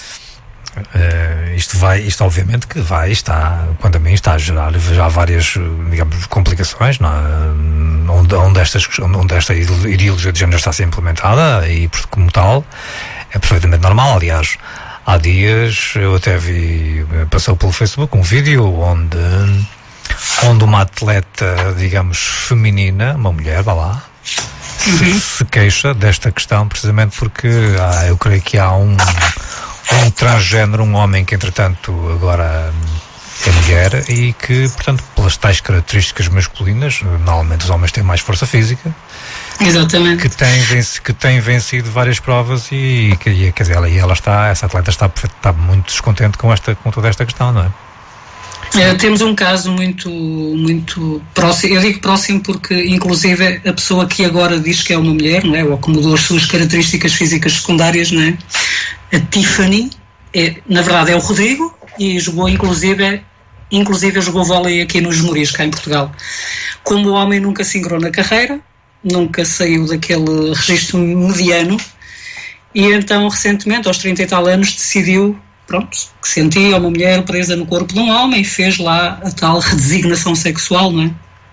Isto obviamente que quanto a mim, está a gerar já várias, digamos, complicações, não é? onde esta ideologia de género está a ser implementada e, como tal, é perfeitamente normal. Aliás, há dias eu até vi, passou pelo Facebook um vídeo onde uma atleta, digamos, feminina, uma mulher, vá lá, se queixa desta questão, precisamente porque eu creio que há um transgénero, um homem que entretanto agora é mulher e que, portanto, pelas tais características masculinas, normalmente os homens têm mais força física. Exatamente. Que tem vencido várias provas e quer dizer, essa atleta está muito descontente com toda esta questão, não é? Temos um caso muito próximo. Eu digo próximo porque, inclusive, a pessoa que agora diz que é uma mulher, não é? Ou que mudou as suas características físicas secundárias, não é? A Tiffany, na verdade é o Rodrigo, e jogou inclusive jogou vôlei aqui nos Esmoriz, cá em Portugal. Como o homem nunca se ingrou na carreira, nunca saiu daquele registro mediano, e então recentemente, aos 30 e tal anos, decidiu, que sentia uma mulher presa no corpo de um homem e fez lá a tal redesignação sexual, não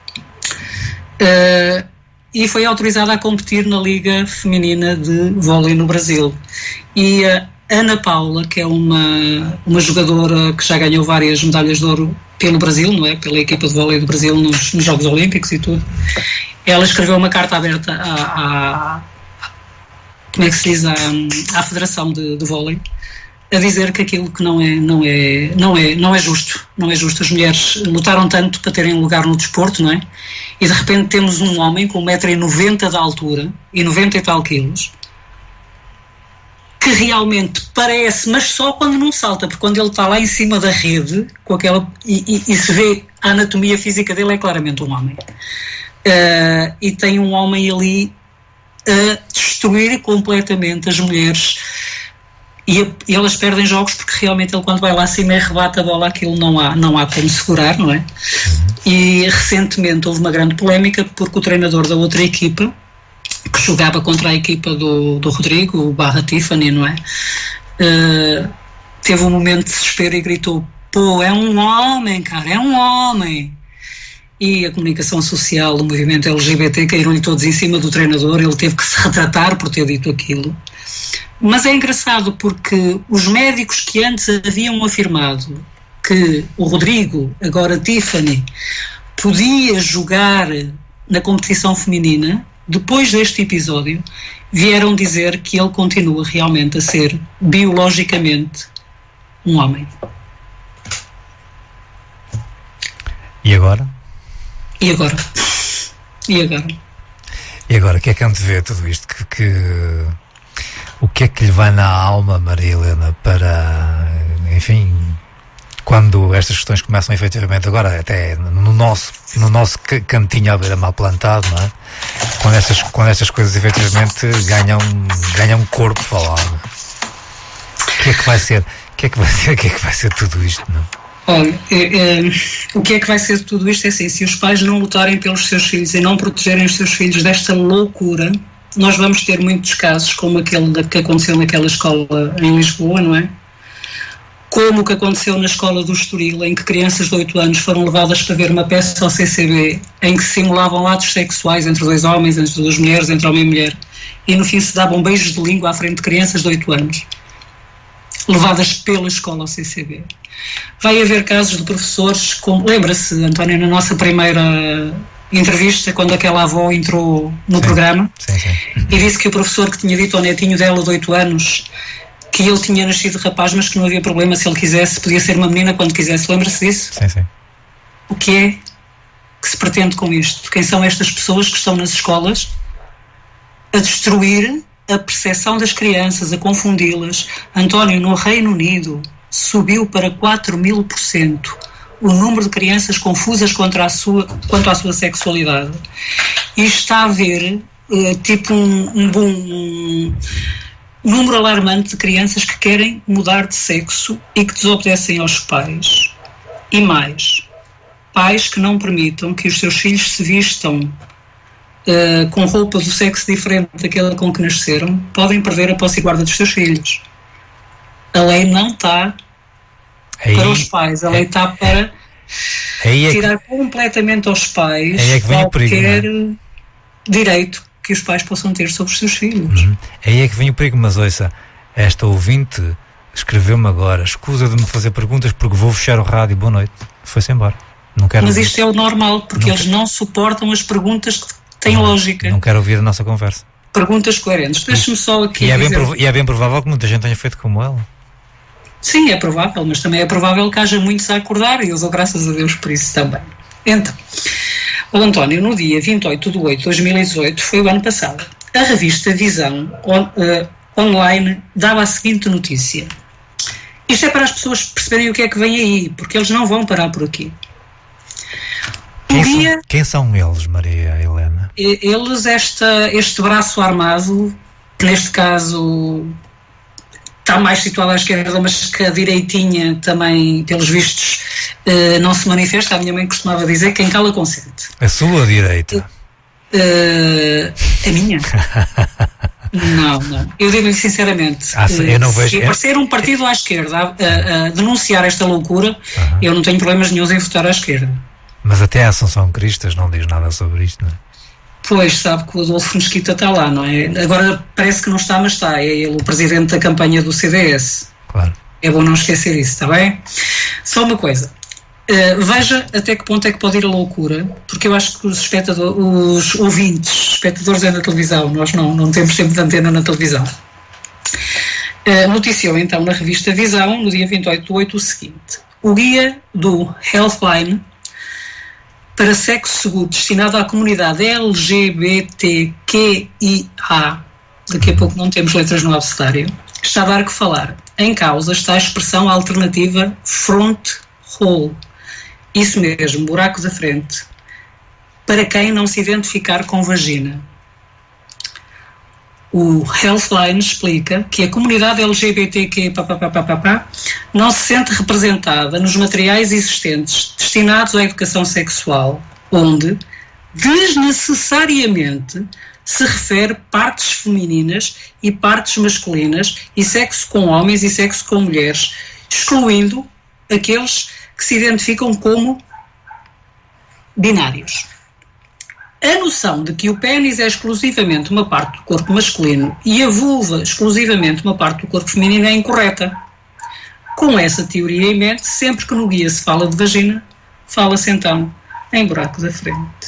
é? E foi autorizada a competir na Liga Feminina de Vôlei no Brasil. E a Ana Paula, que é uma jogadora que já ganhou várias medalhas de ouro pelo Brasil, não é? Pela equipa de vôlei do Brasil nos Jogos Olímpicos e tudo, ela escreveu uma carta aberta como é que se diz, à Federação de Vôlei, a dizer que aquilo que não é justo. Não é justo. As mulheres lutaram tanto para terem lugar no desporto, não é? E de repente temos um homem com 1,90 m de altura e 90 e tal quilos, que realmente parece, mas só quando não salta, porque quando ele está lá em cima da rede, com aquela, e se vê a anatomia física dele, é claramente um homem. E tem um homem ali a destruir completamente as mulheres. E elas perdem jogos porque realmente ele, quando vai lá acima e rebate a bola, aquilo não há como segurar, não é? E recentemente houve uma grande polémica porque o treinador da outra equipa, que jogava contra a equipa do Rodrigo, o Tiffany, não é? Teve um momento de desespero e gritou: pô, é um homem, cara, é um homem. E a comunicação social do movimento LGBT caíram-lhe todos em cima do treinador, ele teve que se retratar por ter dito aquilo. Mas é engraçado porque os médicos que antes haviam afirmado que o Rodrigo, agora Tiffany, podia jogar na competição feminina, depois deste episódio, vieram dizer que ele continua realmente a ser biologicamente um homem. E agora? E agora? E agora, o que é que antevê tudo isto? O que é que lhe vai na alma, Maria Helena, para, enfim, quando estas questões começam efetivamente agora, até no nosso cantinho à beira mal plantado, não é? Quando estas coisas efetivamente ganham corpo falado. O que é que vai ser? O que é que vai ser tudo isto, não? Olha, o que é que vai ser de tudo isto é assim: se os pais não lutarem pelos seus filhos e não protegerem os seus filhos desta loucura, nós vamos ter muitos casos como aquele que aconteceu naquela escola em Lisboa, não é? Como o que aconteceu na escola do Estoril, em que crianças de 8 anos foram levadas para ver uma peça ao CCB em que se simulavam atos sexuais entre dois homens, entre duas mulheres, entre homem e mulher, e no fim se davam beijos de língua à frente de crianças de 8 anos, levadas pela escola ao CCB. Vai haver casos de professores, como lembra-se, António, na nossa primeira entrevista, quando aquela avó entrou no programa, sim. E disse que o professor que tinha dito ao netinho dela de 8 anos que ele tinha nascido rapaz, mas que não havia problema, se ele quisesse, podia ser uma menina quando quisesse. Lembra-se disso? Sim. O que é que se pretende com isto? Quem são estas pessoas que estão nas escolas a destruir a percepção das crianças, a confundi-las? António, no Reino Unido subiu para 4.000% o número de crianças confusas quanto à sua sexualidade. E está a haver um número alarmante de crianças que querem mudar de sexo e que desobedecem aos pais. E mais, pais que não permitam que os seus filhos se vistam com roupa do sexo diferente daquela com que nasceram, podem perder a posse e guarda dos seus filhos. A lei não está para os pais, a lei está para tirar completamente aos pais qualquer direito que os pais possam ter sobre os seus filhos. Aí é que vem o perigo, mas ouça, esta ouvinte escreveu-me agora: escusa de me fazer perguntas porque vou fechar o rádio, boa noite. Foi-se embora. Não quero mas ouvir. Isto é o normal, porque eles não suportam as perguntas que têm lógica. Não quero ouvir a nossa conversa. Perguntas coerentes. Deixe-me só aqui e é bem provável que muita gente tenha feito como ela. Sim, é provável, mas também é provável que haja muitos a acordar, e eu dou graças a Deus por isso também. Então, o António, no dia 28/8/2018, foi o ano passado, a revista Visão online dava a seguinte notícia. Isto é para as pessoas perceberem o que é que vem aí, porque eles não vão parar por aqui. Quem são eles, Maria Helena? Eles, este braço armado, que neste caso está mais situado à esquerda, mas que a direitinha também, pelos vistos, não se manifesta. A minha mãe costumava dizer: quem cala consente. A sua direita? A minha? Não. Eu digo-lhe sinceramente, eu não vejo... por ser um partido à esquerda a denunciar esta loucura, eu não tenho problemas nenhums em votar à esquerda. Mas até a Assunção Cristas não diz nada sobre isto, não é? Pois, sabe que o Adolfo Mesquita está lá, não é? Agora parece que não está, mas está. É ele o presidente da campanha do CDS. Claro. É bom não esquecer isso, está bem? Só uma coisa. Veja até que ponto é que pode ir a loucura, porque eu acho que os ouvintes, espectadores é na televisão, nós não temos tempo de antena na televisão. Noticiou então na revista Visão, no dia 28/8, o seguinte: o guia do Healthline para sexo seguro destinado à comunidade LGBTQIA, daqui a pouco não temos letras no abecedário, está a dar que falar. Em causa está a expressão alternativa front hole, isso mesmo, buraco da frente, para quem não se identificar com vagina. O Healthline explica que a comunidade LGBTQ não se sente representada nos materiais existentes destinados à educação sexual, onde desnecessariamente se refere partes femininas e partes masculinas e sexo com homens e sexo com mulheres, excluindo aqueles que se identificam como binários. A noção de que o pénis é exclusivamente uma parte do corpo masculino e a vulva exclusivamente uma parte do corpo feminino é incorreta. Com essa teoria em mente, sempre que no guia se fala de vagina, fala-se então em buraco da frente.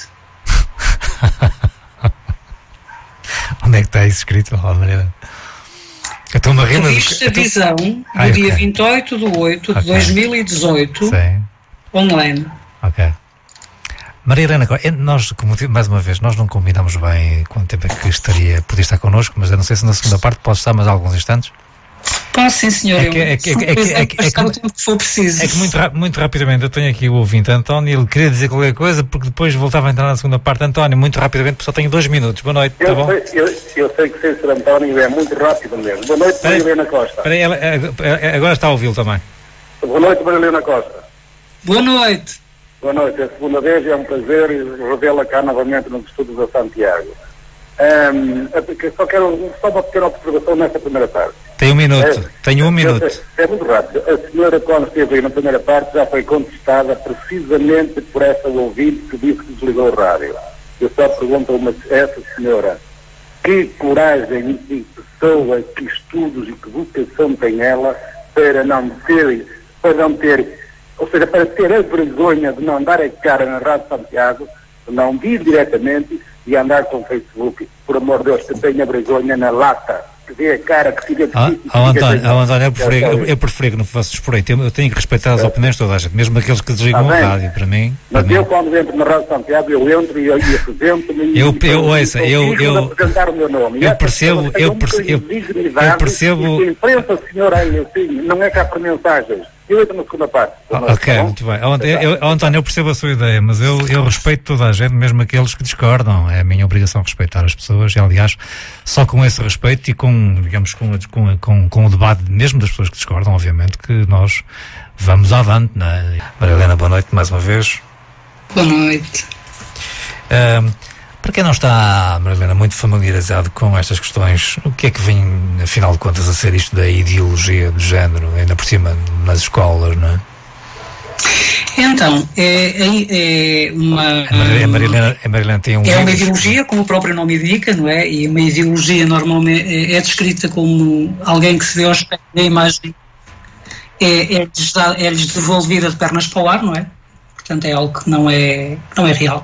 Onde é que está isso escrito, Maria? Estou-me a rir, mas... Revista Visão, no dia 28/8/2018, online. Ok. Maria Helena, nós, mais uma vez, nós não combinamos bem quanto tempo é que podia estar connosco, mas eu não sei se na segunda parte pode estar mais alguns instantes. Posso, sim, senhor. O tempo que for preciso. É que muito rapidamente, eu tenho aqui o ouvinte António, ele queria dizer qualquer coisa, porque depois voltava a entrar na segunda parte. António, muito rapidamente, só tenho 2 minutos. Boa noite, está bom? Eu sei que ser António é muito rápido mesmo. Boa noite, Maria Helena Costa. Espera aí, agora está a ouvi-lo também. Boa noite, Maria Helena Costa. Boa noite. Boa noite, é a segunda vez, é um prazer revê-la cá novamente nos estudos da Santiago. Só uma pequena observação nesta primeira parte. Tenho 1 minuto. Tenho 1 minuto. É muito rápido. A senhora, quando esteve aí na primeira parte, já foi contestada precisamente por essa ouvinte que disse que desligou o rádio. Eu só pergunto a essa senhora: que coragem e pessoa, que estudos e que vocação tem ela para não ter, ou seja, para ter a vergonha de não dar a cara na Rádio Santiago, de não vir diretamente e andar com o Facebook? Por amor de Deus, que tenha vergonha na lata, que vê a cara que fica... António, eu preferia que não fosses por aí. Eu tenho que respeitar as opiniões de toda a gente, mesmo aqueles que desligam a rádio, para mim. Mas eu, quando entro na Rádio Santiago, eu entro e apresento-me eu apresentar o meu nome. Eu percebo... A imprensa, senhora, aí, assim, não é cá para mensagens. Eu entro na segunda parte. Ok, muito bem. António, eu percebo a sua ideia, mas eu respeito toda a gente, mesmo aqueles que discordam. É a minha obrigação respeitar as pessoas e, aliás, só com esse respeito e com o debate mesmo das pessoas que discordam, obviamente, que nós vamos avante, não é? Maria Helena, boa noite mais uma vez. Boa noite. Para quem não está, Maria Helena, muito familiarizado com estas questões, o que é que vem, afinal de contas, a ser isto da ideologia de género, ainda por cima nas escolas, não é? Então, é uma... A Maria Helena tem é uma ideologia, como o próprio nome indica, não é? E uma ideologia normalmente é descrita como alguém que se vê ao espelho da imagem, é-lhes devolvida de pernas para o ar, não é? Portanto, é algo que não é real.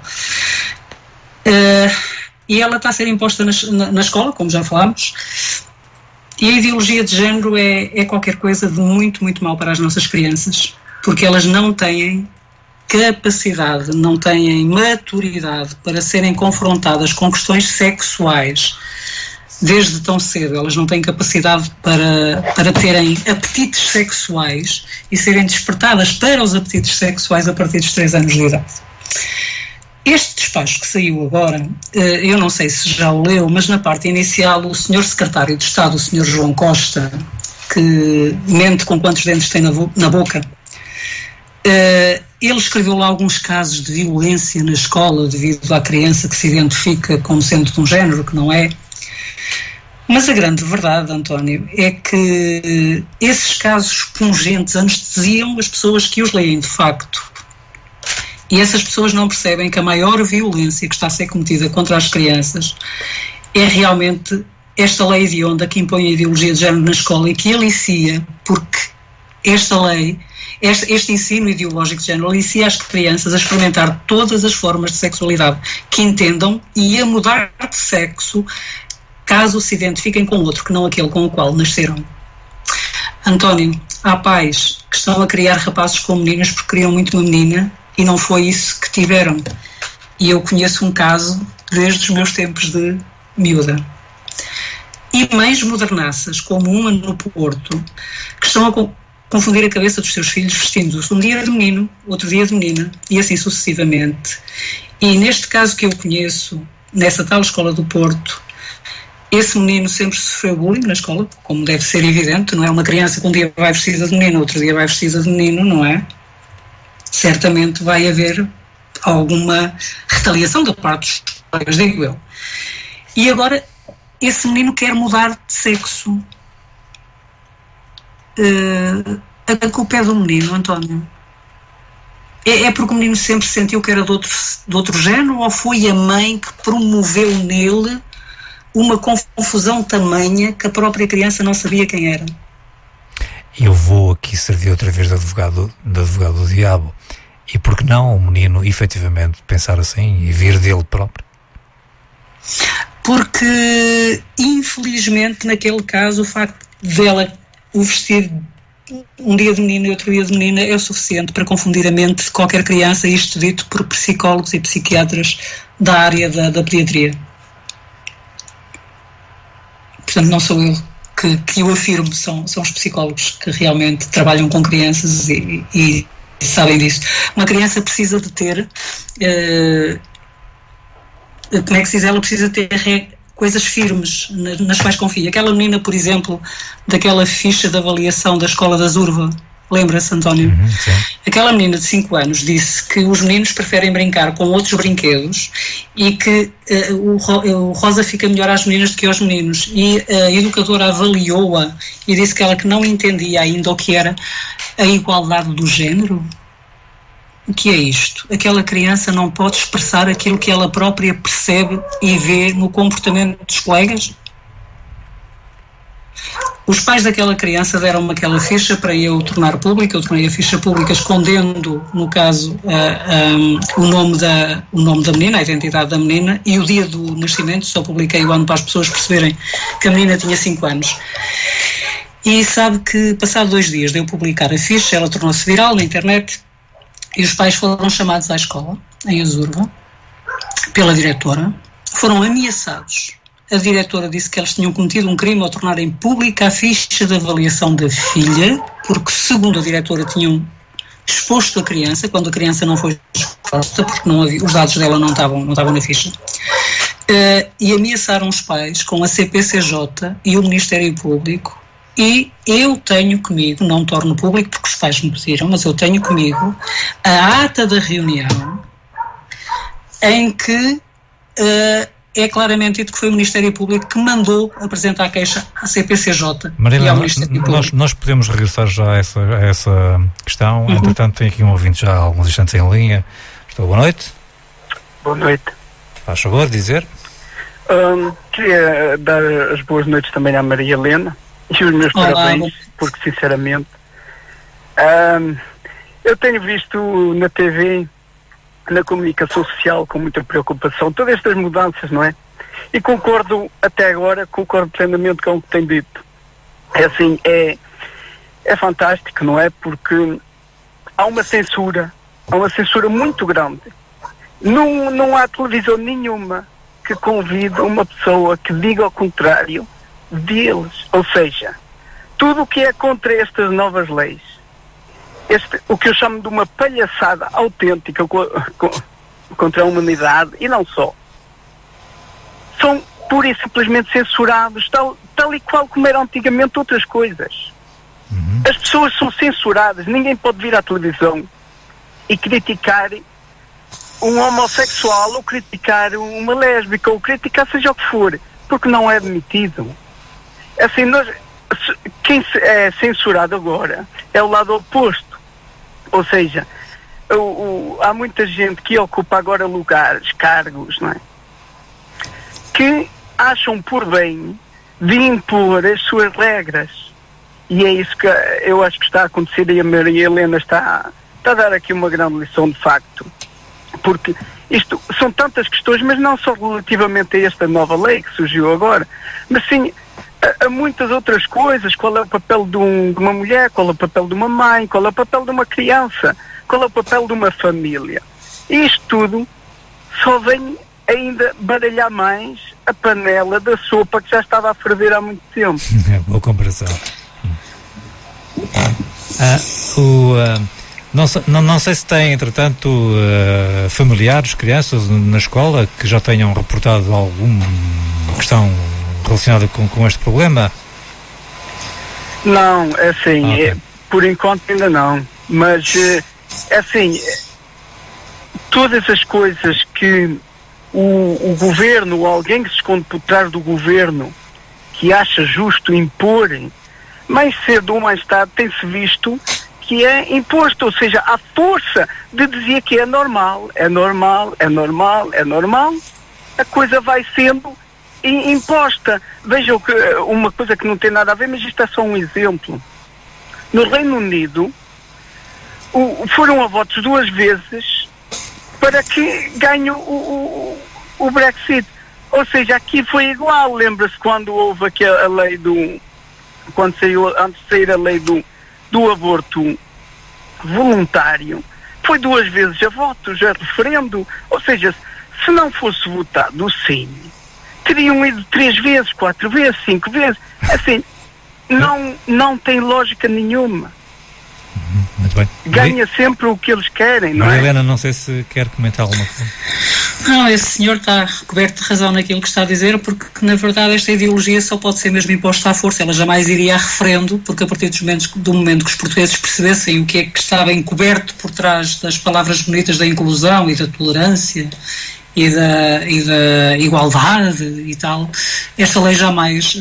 E ela está a ser imposta na escola, como já falámos, e a ideologia de género é qualquer coisa de muito, muito mal para as nossas crianças, porque elas não têm capacidade, não têm maturidade para serem confrontadas com questões sexuais desde tão cedo. Elas não têm capacidade para terem apetites sexuais e serem despertadas para os apetites sexuais a partir dos 3 anos de idade. Este despacho que saiu agora, eu não sei se já o leu, mas na parte inicial o Sr. Secretário de Estado, o Sr. João Costa, que mente com quantos dentes tem na boca, ele escreveu lá alguns casos de violência na escola devido à criança que se identifica como sendo de um género que não é. Mas a grande verdade, António, é que esses casos pungentes anestesiam as pessoas que os leem de facto. E essas pessoas não percebem que a maior violência que está a ser cometida contra as crianças é realmente esta lei hedionda que impõe a ideologia de género na escola e que alicia, porque esta lei, este ensino ideológico de género alicia as crianças a experimentar todas as formas de sexualidade que entendam e a mudar de sexo caso se identifiquem com outro que não aquele com o qual nasceram. António, há pais que estão a criar rapazes com meninas porque queriam muito uma menina e não foi isso que tiveram. E eu conheço um caso desde os meus tempos de miúda. E mães modernaças, como uma no Porto, que estão a confundir a cabeça dos seus filhos vestindo-se um dia de menino, outro dia de menina, e assim sucessivamente. E neste caso que eu conheço, nessa tal escola do Porto, esse menino sempre sofreu bullying na escola, como deve ser evidente, não é? Uma criança que um dia vai vestida de menino, outro dia vai vestida de menino, não é? Certamente vai haver alguma retaliação da parte dos colegas, digo eu. E agora, esse menino quer mudar de sexo. A culpa é do menino, António. É porque o menino sempre sentiu que era de outro género, ou foi a mãe que promoveu nele uma confusão tamanha que a própria criança não sabia quem era? Eu vou aqui servir outra vez de advogado do diabo. E por que não o menino, efetivamente, pensar assim e vir dele próprio? Porque, infelizmente, naquele caso, o facto dela o vestir um dia de menino e outro dia de menina é o suficiente para confundir a mente de qualquer criança, isto dito por psicólogos e psiquiatras da área da pediatria. Portanto, não sou eu que o afirmo, são os psicólogos que realmente trabalham com crianças e sabem disso. Uma criança precisa de ter, como é que se diz, ela precisa ter coisas firmes nas quais confia. Aquela menina, por exemplo, daquela ficha de avaliação da escola da Zurva, lembra-se, António? Sim. Aquela menina de 5 anos disse que os meninos preferem brincar com outros brinquedos e que o rosa fica melhor às meninas do que aos meninos. E a educadora avaliou-a e disse que ela que não entendia ainda o que era a igualdade do género. O que é isto? Aquela criança não pode expressar aquilo que ela própria percebe e vê no comportamento dos colegas? Os pais daquela criança deram-me aquela ficha para eu tornar pública. Eu tornei a ficha pública escondendo, no caso, o nome da menina, a identidade da menina, e o dia do nascimento. Só publiquei o ano para as pessoas perceberem porque a menina tinha 5 anos. E sabe que, passado 2 dias de eu publicar a ficha, ela tornou-se viral na internet e os pais foram chamados à escola, em Azurva, pela diretora, foram ameaçados. A diretora disse que eles tinham cometido um crime ao tornarem pública a ficha de avaliação da filha, porque, segundo a diretora, tinham exposto a criança, quando a criança não foi exposta, porque não havia, os dados dela não estavam na ficha. E ameaçaram os pais com a CPCJ e o Ministério Público. E eu tenho comigo, não torno público porque os pais me pediram, mas eu tenho comigo a ata da reunião em que é claramente dito que foi o Ministério Público que mandou apresentar a queixa à CPCJ Marilena, e ao Ministério Público. Nós podemos regressar já a essa questão. Entretanto, tem aqui um ouvinte já há alguns instantes em linha. Estou, boa noite. Boa noite. Faz favor, dizer. Queria dar as boas noites também à Maria Helena e os meus parabéns, porque sinceramente eu tenho visto na TV, na comunicação social, com muita preocupação todas estas mudanças, não é? E concordo plenamente com o que tem dito. É assim, é fantástico, não é? Porque há uma censura muito grande. Não há televisão nenhuma que convide uma pessoa que diga ao contrário deles. Ou seja, tudo o que é contra estas novas leis, o que eu chamo de uma palhaçada autêntica contra a humanidade, e não só, são pura e simplesmente censurados, tal e qual como eram antigamente outras coisas. As pessoas são censuradas, ninguém pode vir à televisão e criticar um homossexual, ou criticar uma lésbica, ou criticar seja o que for, porque não é admitido. Assim, quem é censurado agora é o lado oposto. Ou seja, há muita gente que ocupa agora lugares, cargos, não é? Que acham por bem de impor as suas regras. E é isso que eu acho que está a acontecer, e a Maria Helena está a dar aqui uma grande lição de facto. Porque isto são tantas questões, mas não só relativamente a esta nova lei que surgiu agora, mas sim a muitas outras coisas. Qual é o papel de uma mulher, qual é o papel de uma mãe, qual é o papel de uma criança, qual é o papel de uma família. E isto tudo só vem ainda baralhar mais a panela da sopa que já estava a ferver há muito tempo. Boa comparação. Não sei se tem, entretanto, familiares, crianças na escola que já tenham reportado alguma questão relacionada com este problema? Não, é assim, okay. Por enquanto ainda não, mas é assim, todas as coisas que o governo, ou alguém que se esconde por trás do governo, que acha justo imporem, mais cedo ou mais tarde tem-se visto que é imposto, ou seja, a força de dizer que é normal, a coisa vai sendo imposta. Vejam que uma coisa que não tem nada a ver, mas isto é só um exemplo. No Reino Unido, foram a votos 2 vezes para que ganhe o Brexit. Ou seja, aqui foi igual. Lembra-se quando houve aqui a lei antes de sair a lei do aborto voluntário, foi 2 vezes a votos, a referendo. Ou seja, se não fosse votado sim, teriam ido 3 vezes, 4 vezes, 5 vezes. Assim, não tem lógica nenhuma. Muito bem. Ganha sempre o que eles querem, não é? Helena, não sei se quer comentar alguma coisa. Não, esse senhor está coberto de razão naquilo que está a dizer, porque na verdade esta ideologia só pode ser mesmo imposta à força. Ela jamais iria a referendo, porque a partir do momento que os portugueses percebessem o que é que estava encoberto por trás das palavras bonitas da inclusão e da tolerância e da igualdade e tal, esta lei jamais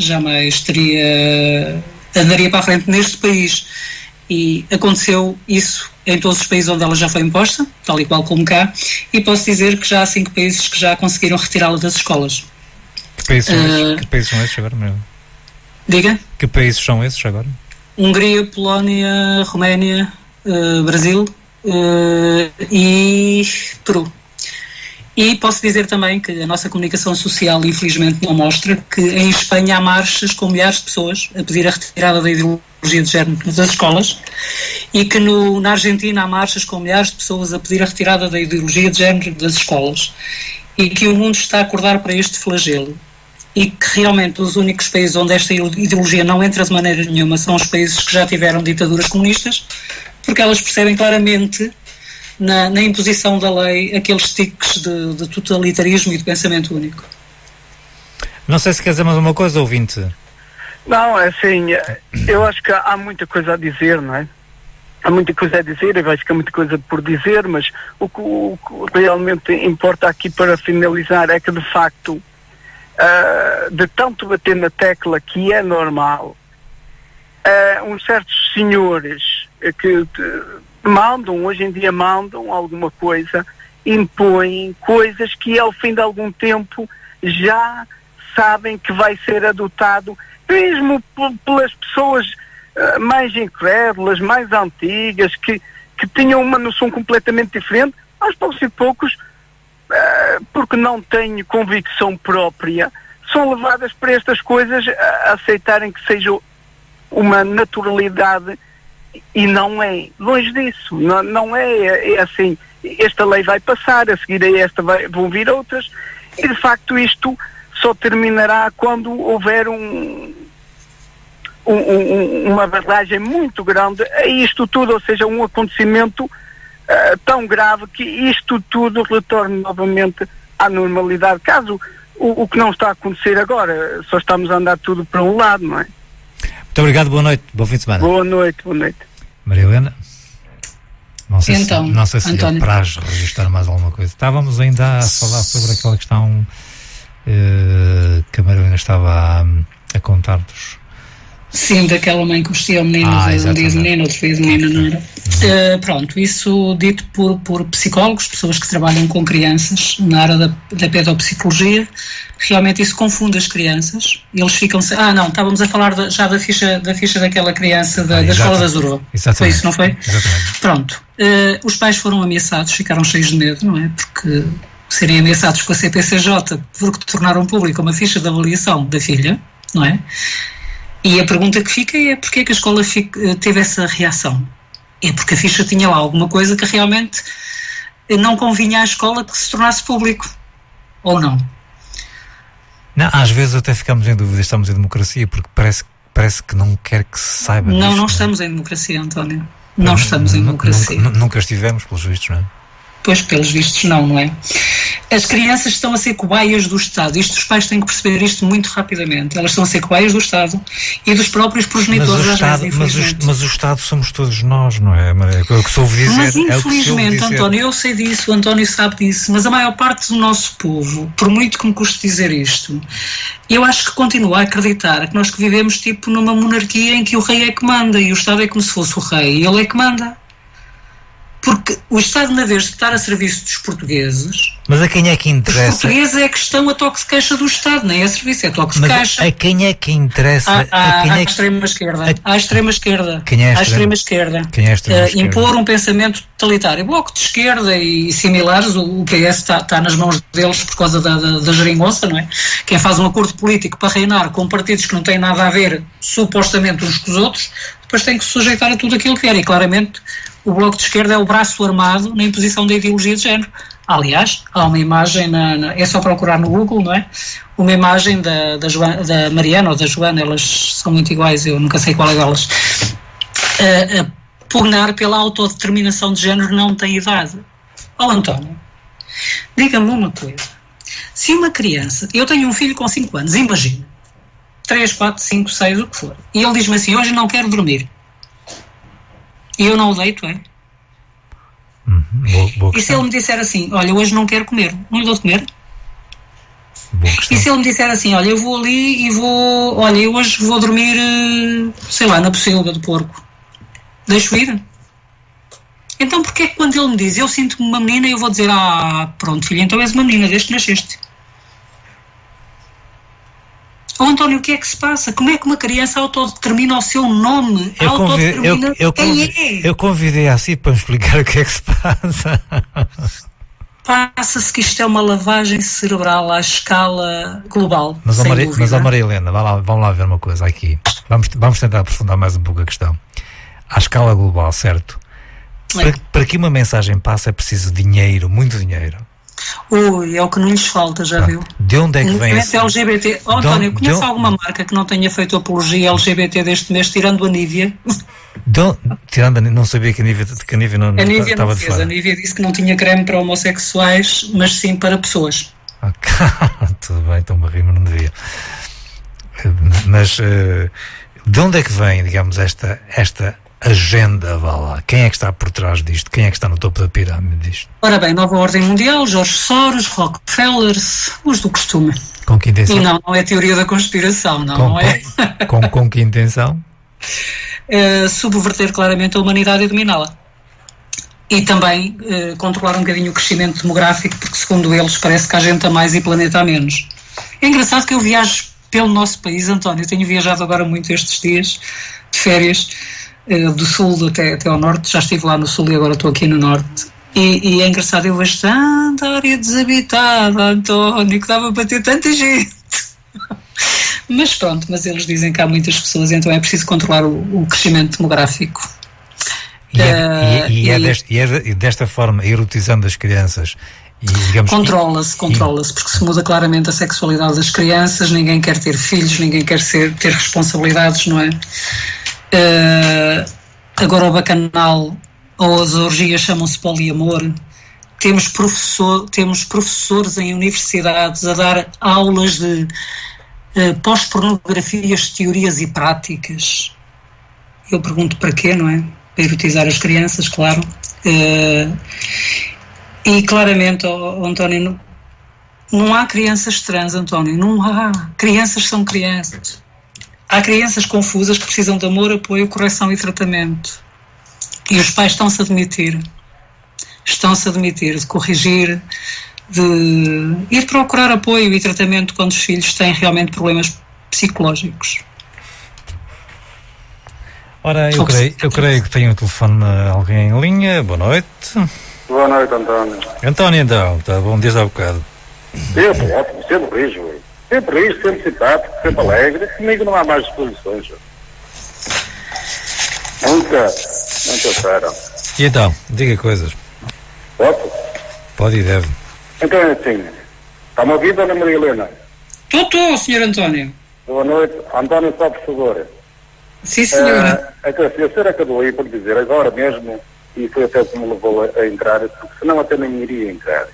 andaria para a frente neste país. E aconteceu isso em todos os países onde ela já foi imposta, tal e qual como cá, e posso dizer que já há 5 países que já conseguiram retirá-la das escolas. Que países são esses agora? Diga? Que países são esses agora? Hungria, Polónia, Roménia, Brasil e Peru. E posso dizer também que a nossa comunicação social, infelizmente, não mostra que em Espanha há marchas com milhares de pessoas a pedir a retirada da ideologia de género das escolas, e que na Argentina há marchas com milhares de pessoas a pedir a retirada da ideologia de género das escolas, e que o mundo está a acordar para este flagelo, e que realmente os únicos países onde esta ideologia não entra de maneira nenhuma são os países que já tiveram ditaduras comunistas, porque elas percebem claramente na imposição da lei aqueles tiques de totalitarismo e de pensamento único. Não sei se quer dizer mais uma coisa, ouvinte. Não, assim, eu acho que há muita coisa a dizer, não é? Há muita coisa a dizer, eu acho que há muita coisa por dizer, mas o que realmente importa aqui para finalizar é que, de facto, de tanto bater na tecla que é normal, uns certos senhores que hoje em dia mandam alguma coisa, impõem coisas que ao fim de algum tempo já sabem que vai ser adotado, mesmo pelas pessoas mais incrédulas, mais antigas, que tinham uma noção completamente diferente. Aos poucos e poucos, porque não têm convicção própria, são levadas para estas coisas a aceitarem que seja uma naturalidade. E não é, longe disso, não é assim, esta lei vai passar, a seguir a esta vão vir outras, e de facto isto só terminará quando houver uma barragem muito grande a isto tudo, ou seja, um acontecimento tão grave que isto tudo retorne novamente à normalidade, caso o que não está a acontecer agora, só estamos a andar tudo para um lado, não é? Muito obrigado, boa noite, bom fim de semana. Boa noite. Maria Helena? Não sei então, se lhe apraz registrar mais alguma coisa. Estávamos ainda a falar sobre aquela questão que a Maria Helena estava a contar-nos. Sim, daquela mãe que vestia o menino, um dia de menino, outro dia de menina, não era? Pronto, isso dito por psicólogos, pessoas que trabalham com crianças na área da pedopsicologia, realmente isso confunde as crianças, eles ficam... estávamos a falar já da ficha daquela criança da escola da Zurba. Foi isso, não foi? Exatamente. Pronto, os pais foram ameaçados, ficaram cheios de medo, não é? Porque serem ameaçados com a CPCJ porque tornaram pública uma ficha de avaliação da filha, não é? E a pergunta que fica é porque é que a escola teve essa reação? É porque a ficha tinha lá alguma coisa que realmente não convinha à escola que se tornasse público, ou não? Não, às vezes até ficamos em dúvida, estamos em democracia, porque parece que não quer que se saiba disso. Não estamos em democracia, António. Não estamos em democracia. Nunca estivemos, pelos vistos, não é? Pois, pelos vistos não é? As crianças estão a ser cobaias do Estado. Os pais têm que perceber isto muito rapidamente. Elas estão a ser cobaias do Estado e dos próprios progenitores. Mas o Estado somos todos nós, não é? É o que soube dizer. Mas infelizmente, António, eu sei disso, o António sabe disso, mas a maior parte do nosso povo, por muito que me custe dizer isto, eu acho que continua a acreditar que nós que vivemos tipo numa monarquia em que o rei é que manda e o Estado é como se fosse o rei e ele é que manda. Porque o Estado, na vez de estar a serviço dos portugueses... Mas a quem é que interessa? Os portugueses é que estão a toque de caixa do Estado, nem é serviço, é toque de caixa. A quem é que interessa? À extrema-esquerda. À extrema-esquerda. Quem é a extrema-esquerda? Quem é a extrema-esquerda? Impor um pensamento totalitário. Bloco de esquerda e similares, o PS está nas mãos deles por causa da geringonça, não é? Quem faz um acordo político para reinar com partidos que não têm nada a ver, supostamente, uns com os outros, depois tem que se sujeitar a tudo aquilo que quer. E, claramente, o Bloco de Esquerda é o braço armado na imposição da ideologia de género. Aliás, há uma imagem, é só procurar no Google, não é? Uma imagem da Mariana ou da Joana, elas são muito iguais, eu nunca sei qual é delas, a pugnar pela autodeterminação de género não tem idade. António, diga-me uma coisa. Se uma criança, eu tenho um filho com 5 anos, imagina, 3, 4, 5, 6, o que for, e ele diz-me assim, hoje não quero dormir. E eu não o deito, é? Boa e se ele me disser assim, olha, hoje não quero comer, não lhe dou de comer? E se ele me disser assim, olha, eu vou ali e eu hoje vou dormir, sei lá, na pocilga do porco, deixo ir? Então porquê que quando ele me diz, eu sinto-me uma menina, eu vou dizer, pronto filho, então és uma menina, desde que nasceste? António, o que é que se passa? Como é que uma criança autodetermina o seu nome? Eu convidei a si para me explicar o que é que se passa. passa-se que isto é uma lavagem cerebral à escala global. Mas a Maria Helena, vamos lá ver uma coisa aqui. Vamos tentar aprofundar mais um pouco a questão. À escala global, certo? Para que uma mensagem passe é preciso dinheiro, muito dinheiro. Ui, é o que não lhes falta, já viu? De onde é que vem esse... LGBT. António, conhece alguma marca que não tenha feito apologia LGBT deste mês, tirando a Nivea? Não sabia que a Nivea não estava de fora. A Nivea disse que não tinha creme para homossexuais, mas sim para pessoas. Tudo bem, estou-me a rir, mas não devia. Mas de onde é que vem, digamos, esta agenda, vá lá? Quem é que está por trás disto? Quem é que está no topo da pirâmide disto? Ora bem, Nova Ordem Mundial, Jorge Soros, Rockefeller, os do costume. Com que intenção? E não é teoria da conspiração, não é? Com que intenção? Subverter claramente a humanidade e dominá-la. E também controlar um bocadinho o crescimento demográfico, porque segundo eles parece que há gente a mais e planeta a menos. É engraçado que eu viajo pelo nosso país, António, eu tenho viajado agora muito estes dias de férias, do sul até ao norte, já estive lá no sul e agora estou aqui no norte, e é engraçado, eu vejo tanta área desabitada, António, que dava para ter tanta gente. Mas pronto, mas eles dizem que há muitas pessoas, então é preciso controlar o crescimento demográfico. E desta forma, erotizando as crianças. Controla-se, porque se muda claramente a sexualidade das crianças, ninguém quer ter filhos, ninguém quer ter responsabilidades, não é? Agora o bacanal ou as orgias chamam-se poliamor. Temos professores em universidades a dar aulas de pós-pornografias, teorias e práticas. Eu pergunto para quê, não é? Para erotizar as crianças, claro. E claramente, António, não há crianças trans, António, não há. Crianças são crianças. Há crianças confusas que precisam de amor, apoio, correção e tratamento. E os pais estão-se a admitir, de corrigir, de ir procurar apoio e tratamento quando os filhos têm realmente problemas psicológicos. Ora, eu creio que tenho o telefone alguém em linha. Boa noite. Boa noite, António. António, então, está bom desde há bocado. Sempre rijo, sempre simpático, sempre alegre. Comigo não há mais exposições. Nunca espera. E então, diga coisas. Posso? Pode e deve. Então é assim. Está-me a ouvir, Dona Maria Helena? Estou, Sr. António. Boa noite. António, só por favor. Sim, senhora. Então, assim, a senhora acabou aí por dizer agora mesmo, e foi até que me levou a entrar, porque senão até nem iria entrar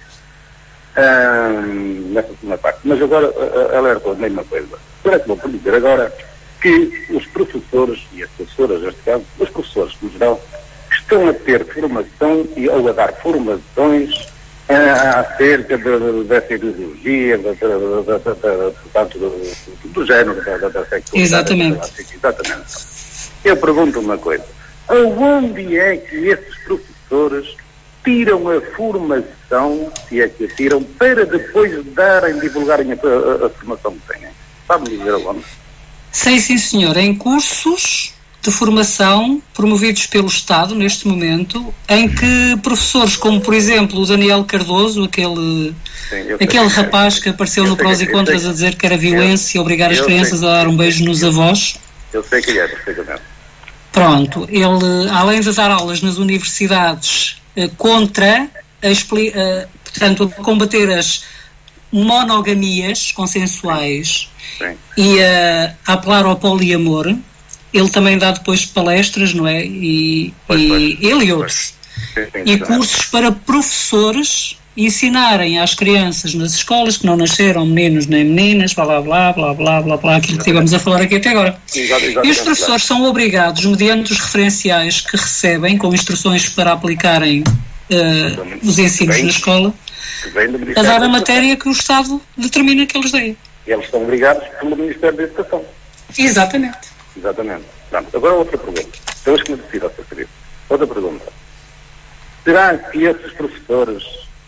nessa segunda parte. Mas agora alertou-me uma coisa. A senhora acabou por dizer agora que os professores, e as professoras neste caso, os professores no geral, estão a ter formação ou a dar formações acerca dessa ideologia, portanto, do género, da sexualidade. Exatamente. Exatamente. Eu pergunto uma coisa. Aonde é que esses professores tiram a formação, se é que a tiram, para depois divulgarem a formação que têm? Sabe-me dizer aonde? Sei, sim, senhor. Em cursos de formação promovidos pelo Estado, neste momento, em que professores como, por exemplo, o Daniel Cardoso, aquele rapaz que apareceu no Prós e Contras a dizer que era violência obrigar as crianças a dar um beijo nos avós. Eu sei que perfeitamente. Pronto, ele, além de dar aulas nas universidades contra, portanto, a combater as monogamias consensuais, sim, e a apelar ao poliamor, ele também dá depois palestras, não é? Ele e outros. Sim, e cursos para professores ensinarem às crianças nas escolas que não nasceram meninos nem meninas, blá blá blá blá blá blá, aquilo que estivemos a falar aqui até agora. E os professores são obrigados, mediante os referenciais que recebem, com instruções para aplicarem os ensinos na escola, a dar a matéria que o Estado determina que eles deem. Eles são obrigados pelo Ministério da Educação. Exatamente. Pronto, agora outra pergunta. Temos que me decidir acerca disso. Outra pergunta. Será que esses professores,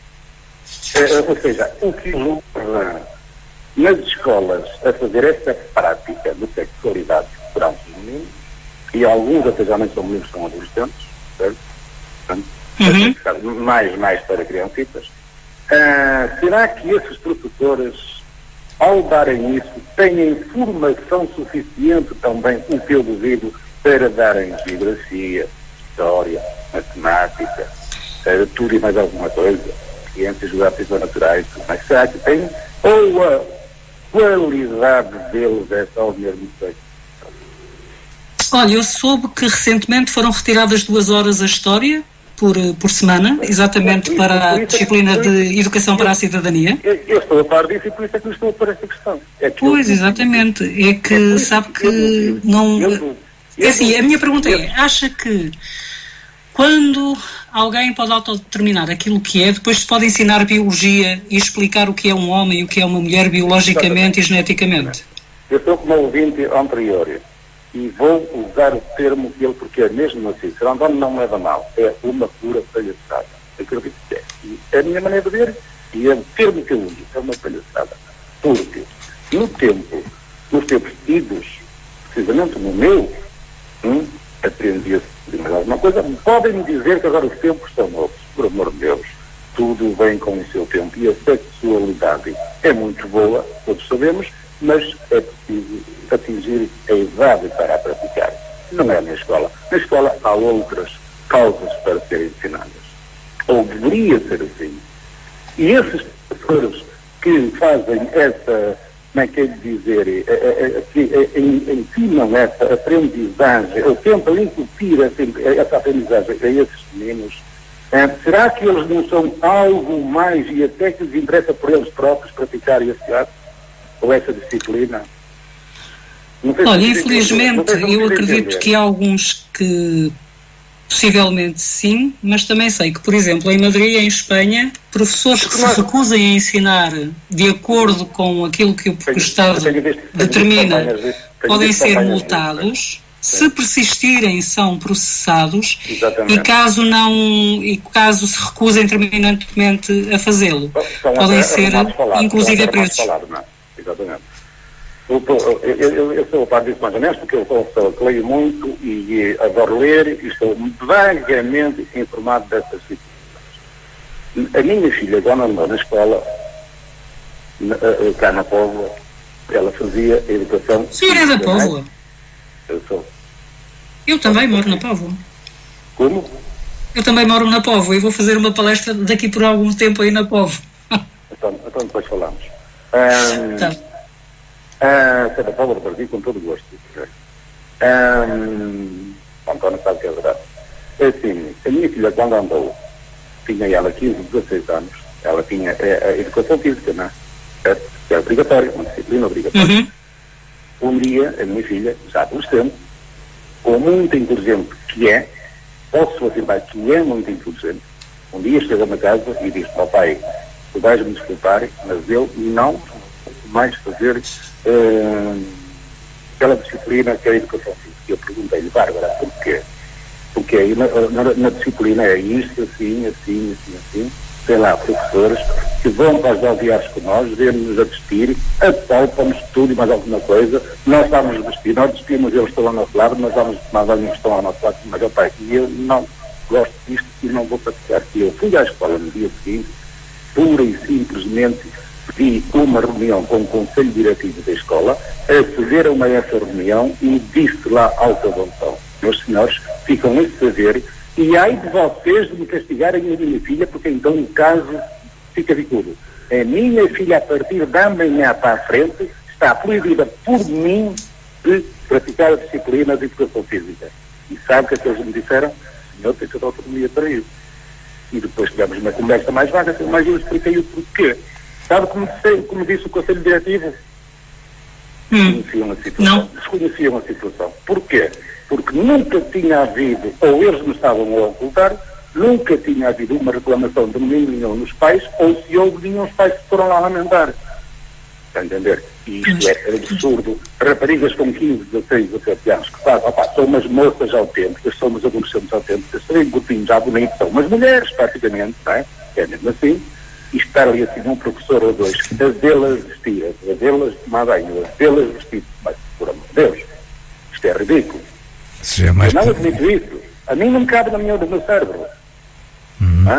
ou seja, o que leva nas escolas a fazer esta prática de sexualidade perante os meninos, e alguns até já nem são meninos, são adolescentes, certo? Portanto, mais para criancitas, Será que esses professores, ao darem isso, têm formação suficiente também, o que eu duvido, para darem geografia, história, matemática, tudo e mais alguma coisa, ciências geográficas ou naturais, mas será que têm? Ou a qualidade deles é só o mesmo feito? Olha, eu soube que recentemente foram retiradas 2 horas a história por semana, exatamente para a disciplina de Educação para a Cidadania. Eu estou a par disso e por isso é que não estou a par esta questão. Pois, exatamente. É que sabe que não... É assim, a minha pergunta é, acha que quando alguém pode autodeterminar aquilo que é, depois se pode ensinar biologia e explicar o que é um homem e o que é uma mulher biologicamente e geneticamente? Eu estou como ouvinte anterior e vou usar o termo que ele, porque é mesmo assim, Sr. António não leva mal, é uma pura palhaçada. Acredito que é. E a minha maneira de ver, e é o termo que eu uso, é uma palhaçada. Porque nos tempos idos, precisamente no meu, aprendi-se mais alguma coisa, podem-me dizer que agora os tempos são novos, por amor de Deus. Tudo vem com o seu tempo e a sexualidade é muito boa, todos sabemos, mas é preciso atingir a idade para a praticar. Não é na escola. Na escola há outras causas para serem ensinadas. Ou deveria ser assim. E esses professores que fazem essa, como é que é de dizer, que ensinam essa aprendizagem, ou tentam incutir essa aprendizagem a esses meninos, será que eles não são algo mais e até que lhes interessa por eles próprios praticarem esse ato? Ou essa disciplina? Olha, infelizmente, eu acredito que há alguns que possivelmente sim, mas também sei que, por exemplo, em Madrid, em Espanha, professores que se recusem a ensinar de acordo com aquilo que o Estado determina podem ser multados. Se persistirem, são processados. Exatamente. E caso se recusem terminantemente a fazê-lo, podem ser inclusive presos. Exatamente. Eu sou a par disso mais ou menos, porque eu sou uma pessoa que leio muito e adoro ler e estou vagamente informado dessas situações. A minha filha, quando andou na escola, cá na Póvoa, ela fazia a educação... O senhor é da Póvoa? Eu sou. Eu também moro na Póvoa. Como? Eu também moro na Póvoa e vou fazer uma palestra daqui por algum tempo aí na Póvoa. Então depois falamos. Tá. Se é da Póvoa, para com todo o gosto. António sabe que é verdade. É assim, a minha filha quando andou, tinha ela 15, 16 anos, ela tinha a educação física, não é? Que é obrigatória, uma disciplina obrigatória. Uhum. Um dia, a minha filha, já adolescente, com muito inteligente que é, posso afirmar que é muito inteligente, um dia chega-me a casa e diz: papai, tu vais-me desculpar, mas eu não mais fazer aquela disciplina que é a educação física. Eu perguntei-lhe: Bárbara, porquê? Porque aí na disciplina é isto, assim, sei lá, professores que vão para as audiências com nós, vêm-nos a vestir, apalpam-nos tudo e mais alguma coisa, nós estamos a vestir, nós vestimos, eles estão ao nosso lado, nós vamos tomar banho, eles estão ao nosso lado, mas pai, eu não gosto disto e não vou praticar. E eu fui à escola no dia seguinte, pura e simplesmente vi uma reunião com o Conselho Diretivo da escola, acederam a essa reunião e disse lá alta vontade: meus senhores, ficam a saber e ai de vocês de me castigarem a minha filha, porque então o caso fica de tudo. A minha filha, a partir da manhã para a frente, está proibida por mim de praticar a disciplina de educação física. E sabe o que é que eles me disseram? Senhor, tem toda a autonomia para isso. E depois tivemos uma conversa mais vaga, mas eu expliquei o porquê. Sabe como disse o Conselho Diretivo? Desconheciam a situação. Desconheciam a situação. Porquê? Porque nunca tinha havido, ou eles me estavam a ocultar, nunca tinha havido uma reclamação de nenhum dos pais, ou se houve, nenhum dos pais que foram lá lamentar. Está a entender? E isto é absurdo. Raparigas com 15, 16, 17 anos que fazem, são umas moças autênticas, são umas adolescentes autênticas, são gordinhos já bonitos, são umas mulheres praticamente, não é? É mesmo assim. E estar ali assim um professor ou dois, a vê-las vestir, a vê-las tomar banho, a vê-las vestir, mas por amor de Deus, isto é ridículo. É mais... Eu não admito isso. A mim não me cabe no meu cérebro.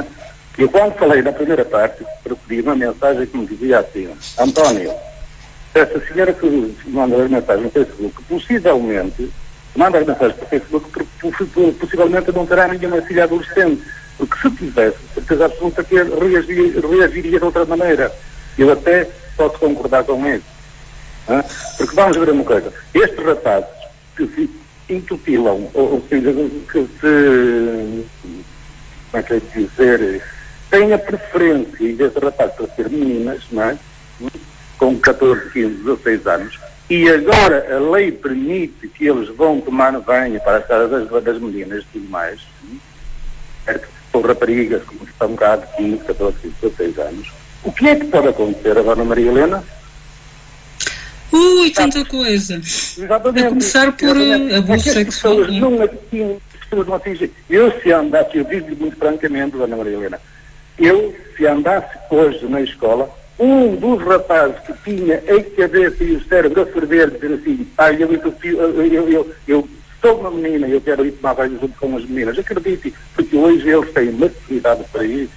Eu, quando falei na primeira parte, recebi uma mensagem que me dizia assim: António, essa senhora que manda as mensagens no Facebook, possivelmente manda as mensagens para o Facebook porque possivelmente não terá nenhuma filha adolescente, porque se tivesse, certeza absoluta que reagiria de outra maneira. Eu até posso concordar com isso. Porque vamos ver uma coisa, estes rapazes que se intutilam, ou seja, que se, como é que é dizer, têm a preferência, em vez de rapazes, para ser meninas, não é? Com 14, 15, 16 anos, e agora a lei permite que eles vão tomar banho para as casas das meninas e tudo mais, certo? Ou raparigas, como estão cá de 15, 14, 15, 16 anos. O que é que pode acontecer a Dona Maria Helena? Tanta coisa. Exatamente. A começar por abuso sexual. Eu, se andasse, eu digo muito francamente, Dona Maria Helena, se andasse hoje na escola, um dos rapazes que tinha a cabeça e o cérebro a ferver, dizer assim, eu sou uma menina e eu quero ir tomar banho junto com as meninas, acredite, porque hoje eles têm maturidade para isso.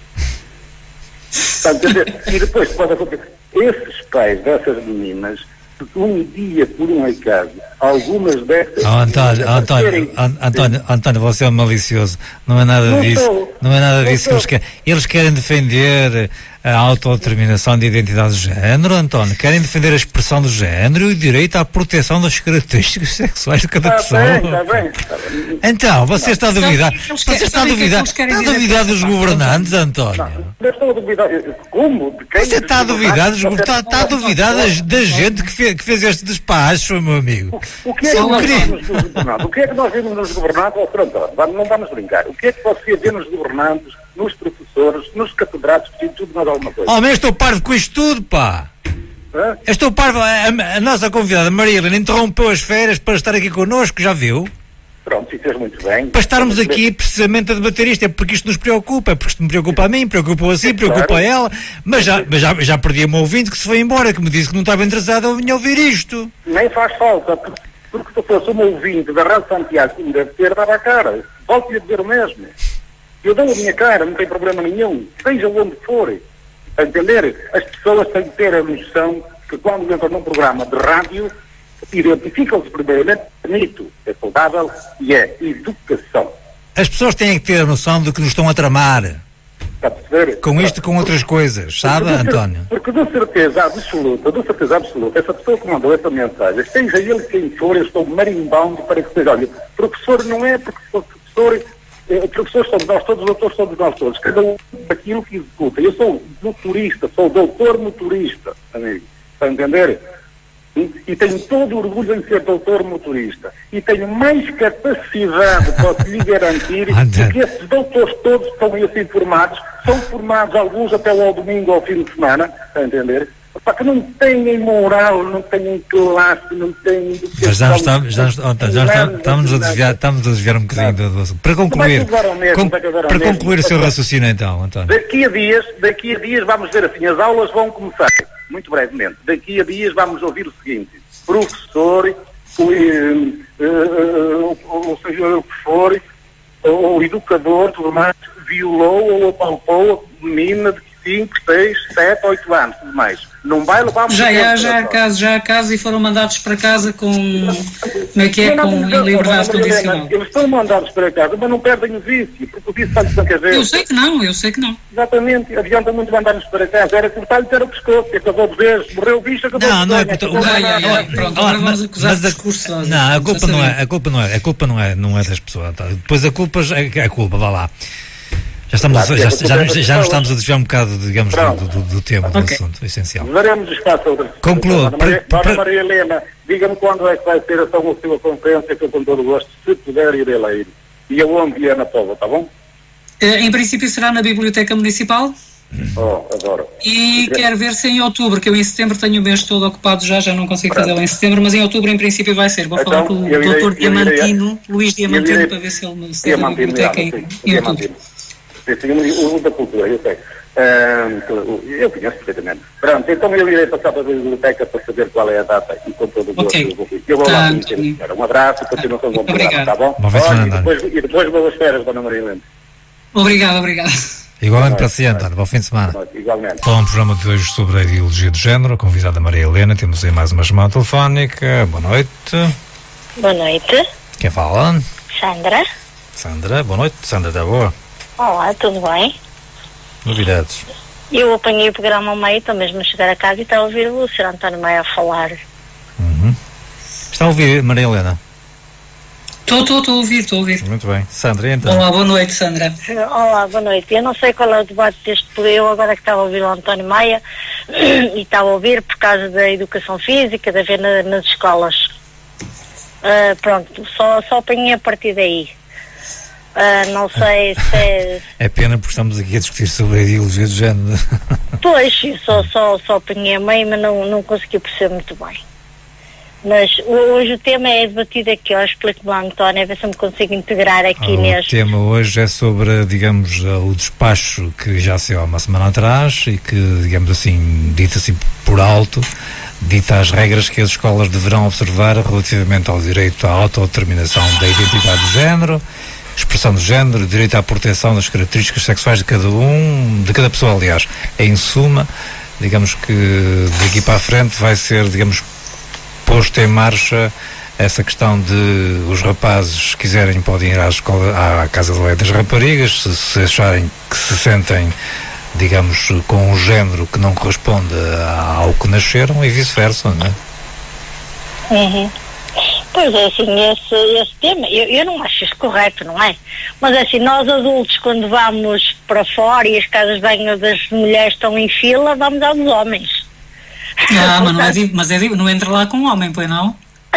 Está a entender? E depois pode acontecer, esses pais dessas meninas, um dia, por um acaso, algumas dessas... António, você é um malicioso. Não é nada disso. Não é nada disso que eles querem. Eles querem defender a autodeterminação de identidade de género, António. Querem defender a expressão do género e o direito à proteção das características sexuais de cada pessoa. Está bem. Então, você está a duvidar. Você está a duvidar dos governantes, António. Não estou a duvidar. Como? Você está a duvidar da gente que fez este despacho, meu amigo. O que é que nós vemos nos governantes? O que é que nós vemos nos governantes? Não vamos brincar. O que é que você vê nos governantes, nos professores, nos catedráticos e tudo mais alguma coisa? Mas eu estou parvo com isto tudo, pá. Eu estou parvo. A nossa convidada Maria Helena interrompeu as férias para estar aqui connosco, já viu? Pronto, e fez muito bem. Para estarmos aqui precisamente a debater isto, é porque isto nos preocupa, é porque isto me preocupa a mim, preocupa assim, preocupa a ela, mas já perdi um ouvinte que se foi embora, que me disse que não estava interessado em ouvir isto. Nem faz falta, porque se fosse um ouvinte da Rádio Santiago, como deve ter, dava a cara. Volto-lhe a dizer o mesmo. Eu dou a minha cara, não tem problema nenhum, seja onde for. A entender? As pessoas têm que ter a noção que quando entram num programa de rádio, identificam-se primeiramente bonito, é saudável e é educação. As pessoas têm que ter a noção de que nos estão a tramar. Está a perceber? Com isto e com outras coisas, sabe, António? Porque de certeza absoluta, essa pessoa que mandou essa mensagem, seja ele quem for, eu estou marimbando para que seja, olha, professor não é porque sou professor, professores somos nós todos, doutores somos nós todos, cada um daquilo que executa. Eu sou motorista, sou doutor motorista, amigo, está a entender? E tenho todo o orgulho em ser doutor motorista. E tenho mais capacidade, posso lhe garantir, porque esses doutores todos que estão aí assim formados, são formados alguns até ao domingo ao fim de semana, está a entender? Para que não têm moral, não têm classe, não têm... Mas já estamos a desviar um bocadinho do assunto. Para concluir o seu raciocínio então, António. Daqui a dias vamos ver assim, as aulas vão começar, muito brevemente. Daqui a dias vamos ouvir o seguinte: professor, o que for, o educador, tudo mais, violou ou apalpou a menina de 5, 6, 7, 8 anos, tudo mais. Não vai levar... Já há casos e foram mandados para casa com... Como é que é? Com liberdade condicional. Eles estão mandados para casa, mas não perdem o vício, porque o vício faz tanta vez. Eu sei que não. Exatamente, adianta muito mandar-nos para casa. Era cortar-lhe ter o pescoço, acabou de vez, morreu o bicho, acabou de vez. Não é que... Pronto, agora vamos acusar de discurso. Não, a culpa não é das pessoas. Depois a culpa, vá lá. Já nos estamos a desviar um bocado, digamos, do tema, do assunto essencial. Daremos espaço a outras pessoas. Concluo. Dona Maria Helena, diga-me quando é que vai ser a sua conferência, que eu com todo o gosto, se puder ir a ir. E aonde é na Póvoa, está bom? Em princípio será na Biblioteca Municipal. Adoro. E quero ver se em outubro, que eu em setembro tenho o mês todo ocupado já não consigo fazê-lo em setembro, mas em outubro em princípio vai ser. Vou falar com o Dr. Diamantino, Luís Diamantino, para ver se ele me cede a biblioteca em outubro. O da cultura, eu sei. Eu conheço perfeitamente. Pronto, então eu irei passar para a biblioteca para saber qual é a data e com todo o gosto eu vou vir. Eu vou lá conhecer. Um abraço, continuação do bom programa, está bom? E depois boas férias, Dona Maria Helena. Obrigado. Igualmente para si, António. Bom fim de semana. Igualmente. Para um programa de hoje sobre a ideologia de género, a convidada Maria Helena, temos aí mais uma chamada telefónica. Boa noite. Boa noite. Quem fala? Sandra. Sandra, boa noite. Sandra, está boa? Olá, tudo bem? Novidades? Eu apanhei o programa ao meio, estou mesmo a chegar a casa e estava a ouvir o Sr. António Maia a falar. Está a ouvir, Maria Helena? Estou a ouvir. Muito bem. Sandra, então? Olá, boa noite, Sandra. Olá, boa noite. Eu não sei qual é o debate deste programa, eu agora que estava a ouvir o António Maia e estava a ouvir por causa da educação física, de haver nas escolas. Pronto, só apanhei a partir daí. Não sei se é... É pena porque estamos aqui a discutir sobre a ideologia de género. Pois, só apanhei a meio, mas não consegui perceber muito bem. Mas hoje o tema é debatido aqui, eu explico-me lá, António, a ver se eu me consigo integrar aqui neste. O tema hoje é sobre, digamos, o despacho que já saiu há uma semana atrás e que, digamos assim, dito assim por alto, dita as regras que as escolas deverão observar relativamente ao direito à autodeterminação da identidade de género, expressão de género, direito à proteção das características sexuais de cada pessoa, aliás. Em suma, digamos que daqui para a frente vai ser, digamos, posto em marcha essa questão de os rapazes, se quiserem, podem ir à Casa de Lei das Raparigas, se acharem que se sentem, digamos, com um género que não corresponde ao que nasceram e vice-versa, não é? Uhum. Pois é, assim, esse tema, eu não acho isso correto, não é? Mas assim, nós adultos, quando vamos para fora e as casas de banho das mulheres estão em fila, vamos aos homens. Mas não entra lá com um homem, pois não?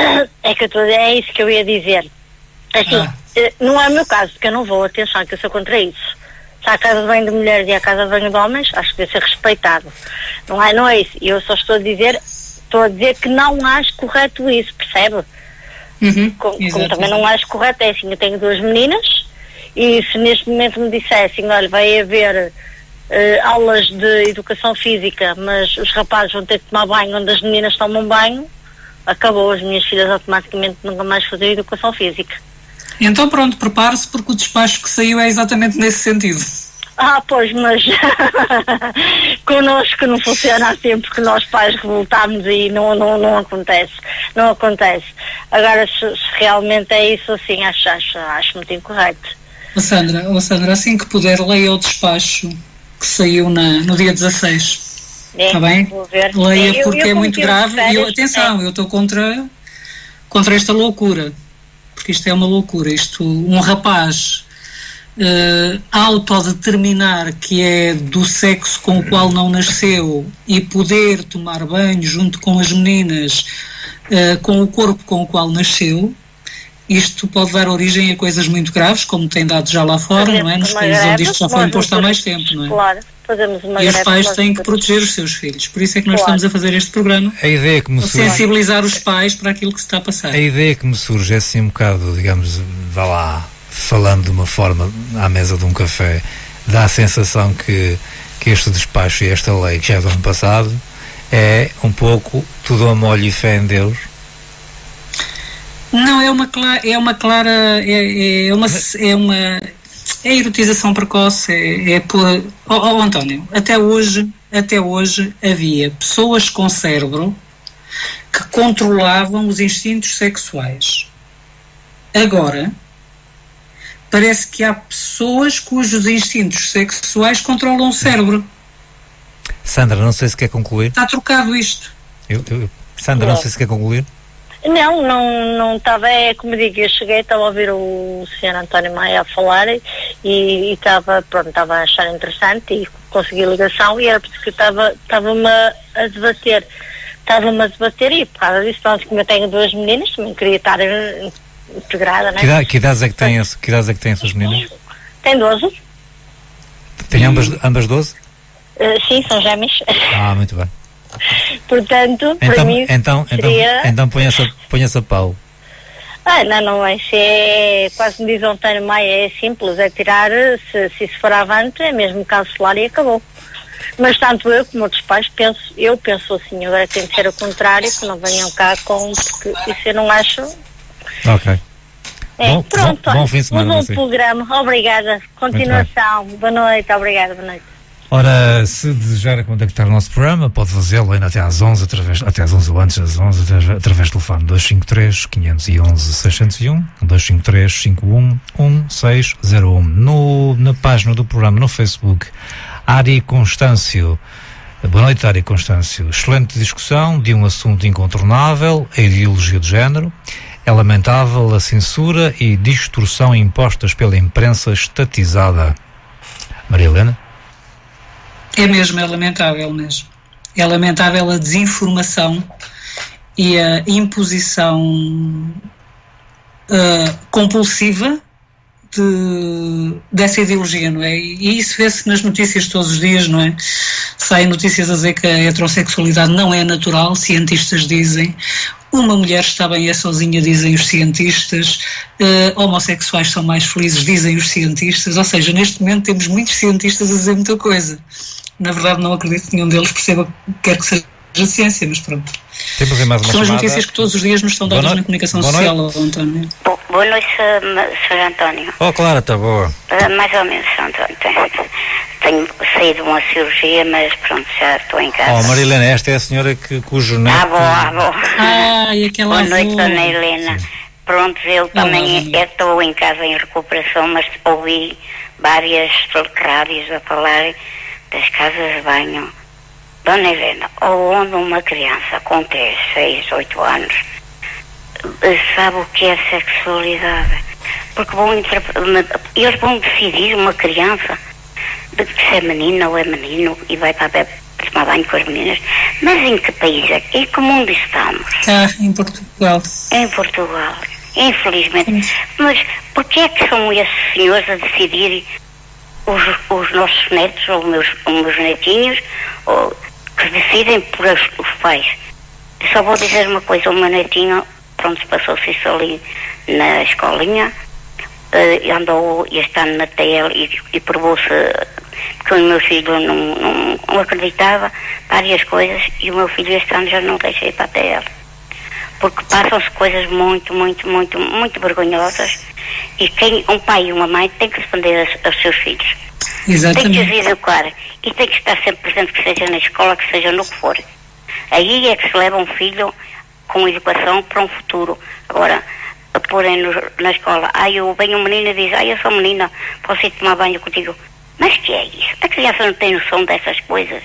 É isso que eu ia dizer. Assim, não é o meu caso, porque eu não vou, atenção, que eu sou contra isso. Se há a casa de banho de mulheres e a casa de banho de homens, acho que deve ser respeitado. Não é isso. Eu só estou a dizer que não acho correto isso, percebe? Como também não acho correto, é assim, eu tenho duas meninas e se neste momento me dissessem, olha, vai haver aulas de educação física, mas os rapazes vão ter que tomar banho onde as meninas tomam banho, acabou, as minhas filhas automaticamente nunca mais fazer educação física. Então pronto, prepare-se porque o despacho que saiu é exatamente nesse sentido. Pois, mas connosco não funciona assim porque nós pais revoltamos e não acontece. Não acontece. Agora, se realmente é isso, assim, acho muito incorreto. Sandra, assim que puder, leia o despacho que saiu no dia 16. Está bem? Vou ver. Leia porque é muito grave e eu estou contra esta loucura. Porque isto é uma loucura. Um rapaz autodeterminar que é do sexo com o qual não nasceu e poder tomar banho junto com as meninas com o corpo com o qual nasceu, isto pode dar origem a coisas muito graves, como tem dado já lá fora, não é? Nos países onde isto já foi imposto há mais tempo, não é? Claro, fazemos uma e os pais têm que proteger os seus filhos. Por isso é que nós estamos a fazer este programa. A ideia que me surge, sensibilizar os pais para aquilo que se está a passar. A ideia que me surge é assim um bocado, digamos, vá lá, falando de uma forma à mesa de um café, dá a sensação que este despacho e esta lei que já é do ano passado é um pouco tudo a molho e fé em Deus. Não, é erotização precoce, António, até hoje havia pessoas com cérebro que controlavam os instintos sexuais. Agora, parece que há pessoas cujos instintos sexuais controlam o cérebro. Sandra, não sei se quer concluir. Está trocado isto. Sandra, não sei se quer concluir. Não estava, como digo, eu cheguei, estava a ouvir o Sr. António Maia a falar e estava a achar interessante e consegui ligação e era porque estava-me a debater. Estava-me a debater e por causa disso, como eu tenho duas meninas, também queria estar integrada, não é? Que idades é que têm as suas meninas? Tem 12. Tem ambas 12? Sim, são gêmeos. Muito bem. Portanto, para mim seria... Então ponha-se a pau. Não é. Se é, quase me diz o António Maia, é simples, é tirar, se isso for avante, é mesmo cancelar e acabou. Mas tanto eu como outros pais penso assim, agora tem de ser o contrário, que não venham cá porque isso eu não acho. Ok. Pronto, fim de semana. Um bom programa. Obrigada. Continuação. Boa noite. Obrigada. Boa noite. Ora, se desejar contactar o nosso programa, pode fazê-lo ainda até às 11, até às 11 ou antes das 11, através do telefone 253-511-601, 253-51-1601. Na página do programa no Facebook, Ari Constâncio. Boa noite, Ari Constâncio. Excelente discussão de um assunto incontornável, a ideologia de género. É lamentável a censura e distorção impostas pela imprensa estatizada. Maria Helena? É mesmo, é lamentável mesmo. É lamentável a desinformação e a imposição compulsiva dessa ideologia, não é? E isso vê-se nas notícias todos os dias, não é? Saem notícias a dizer que a heterossexualidade não é natural, cientistas dizem. Uma mulher está bem é sozinha, dizem os cientistas. Homossexuais são mais felizes, dizem os cientistas. Ou seja, neste momento temos muitos cientistas a dizer muita coisa. Na verdade, não acredito que nenhum deles perceba o que quer que seja ciência, mas pronto. Temos aí mais uma São as chamada. Notícias que todos os dias nos são dadas na comunicação social, António. Boa noite, Sr. António. Oh, Clara, está boa. Mais ou menos, Sr. António. Tenho saído de uma cirurgia, mas pronto, já estou em casa. Oh, Maria Helena, esta é a senhora cujo neto... Boa. Ai, aquela Boa noite, avó. Dona Helena. Sim. Pronto, eu também estou em casa em recuperação, mas ouvi várias rádios a falar das casas de banho. Dona Helena, onde uma criança com 3, 6, 8 anos sabe o que é sexualidade? Porque eles vão decidir uma criança de que se é menina ou é menino e vai para tomar banho com as meninas. Mas em que país é? Em que mundo estamos? Em Portugal. Em Portugal, infelizmente. Mas porquê é que são esses senhores a decidir os nossos netos ou os meus netinhos que decidem por os pais? Eu só vou dizer uma coisa, o meu netinho, pronto, passou-se isso ali na escolinha, andou este ano na TL e provou-se que o meu filho não acreditava várias coisas, e o meu filho este ano já não deixa ir para a TL. Porque passam-se coisas muito, muito, muito, muito vergonhosas, e um pai e uma mãe têm que responder aos seus filhos. Exatamente. Tem que os educar e tem que estar sempre presente, que seja na escola, que seja no que for. Aí é que se leva um filho com educação para um futuro. Agora, a porem na escola, vem um menino e diz, eu sou menina, posso ir tomar banho contigo. Mas que é isso? A criança não tem noção dessas coisas.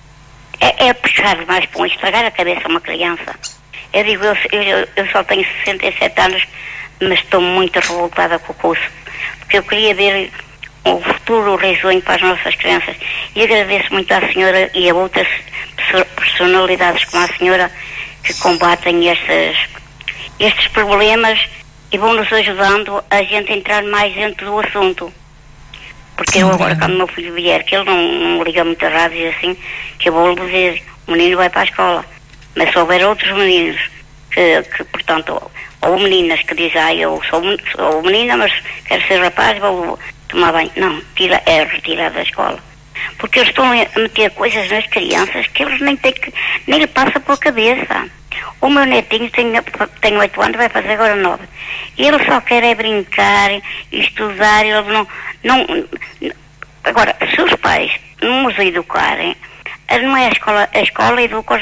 É puxar demais para estragar a cabeça a uma criança. Eu digo, eu só tenho 67 anos, mas estou muito revoltada com o curso, porque eu queria ver o futuro risonho para as nossas crianças, e agradeço muito à senhora e a outras personalidades como a senhora que combatem estes problemas e vão nos ajudando a gente entrar mais dentro do assunto. Porque eu agora, quando o meu filho vier, que ele não liga muito a rádio assim, que eu vou lhe dizer, o menino vai para a escola. Mas se houver outros meninos que portanto, ou meninas que dizem, eu sou menina, mas quero ser rapaz, vou tomar banho. Não, retirar da escola. Porque eles estão a meter coisas nas crianças que eles nem lhe passa pela cabeça. O meu netinho tem 8 anos, vai fazer agora 9. E ele só quer é brincar, estudar, ele não... Agora, se os pais não os educarem, não é a escola educa-os,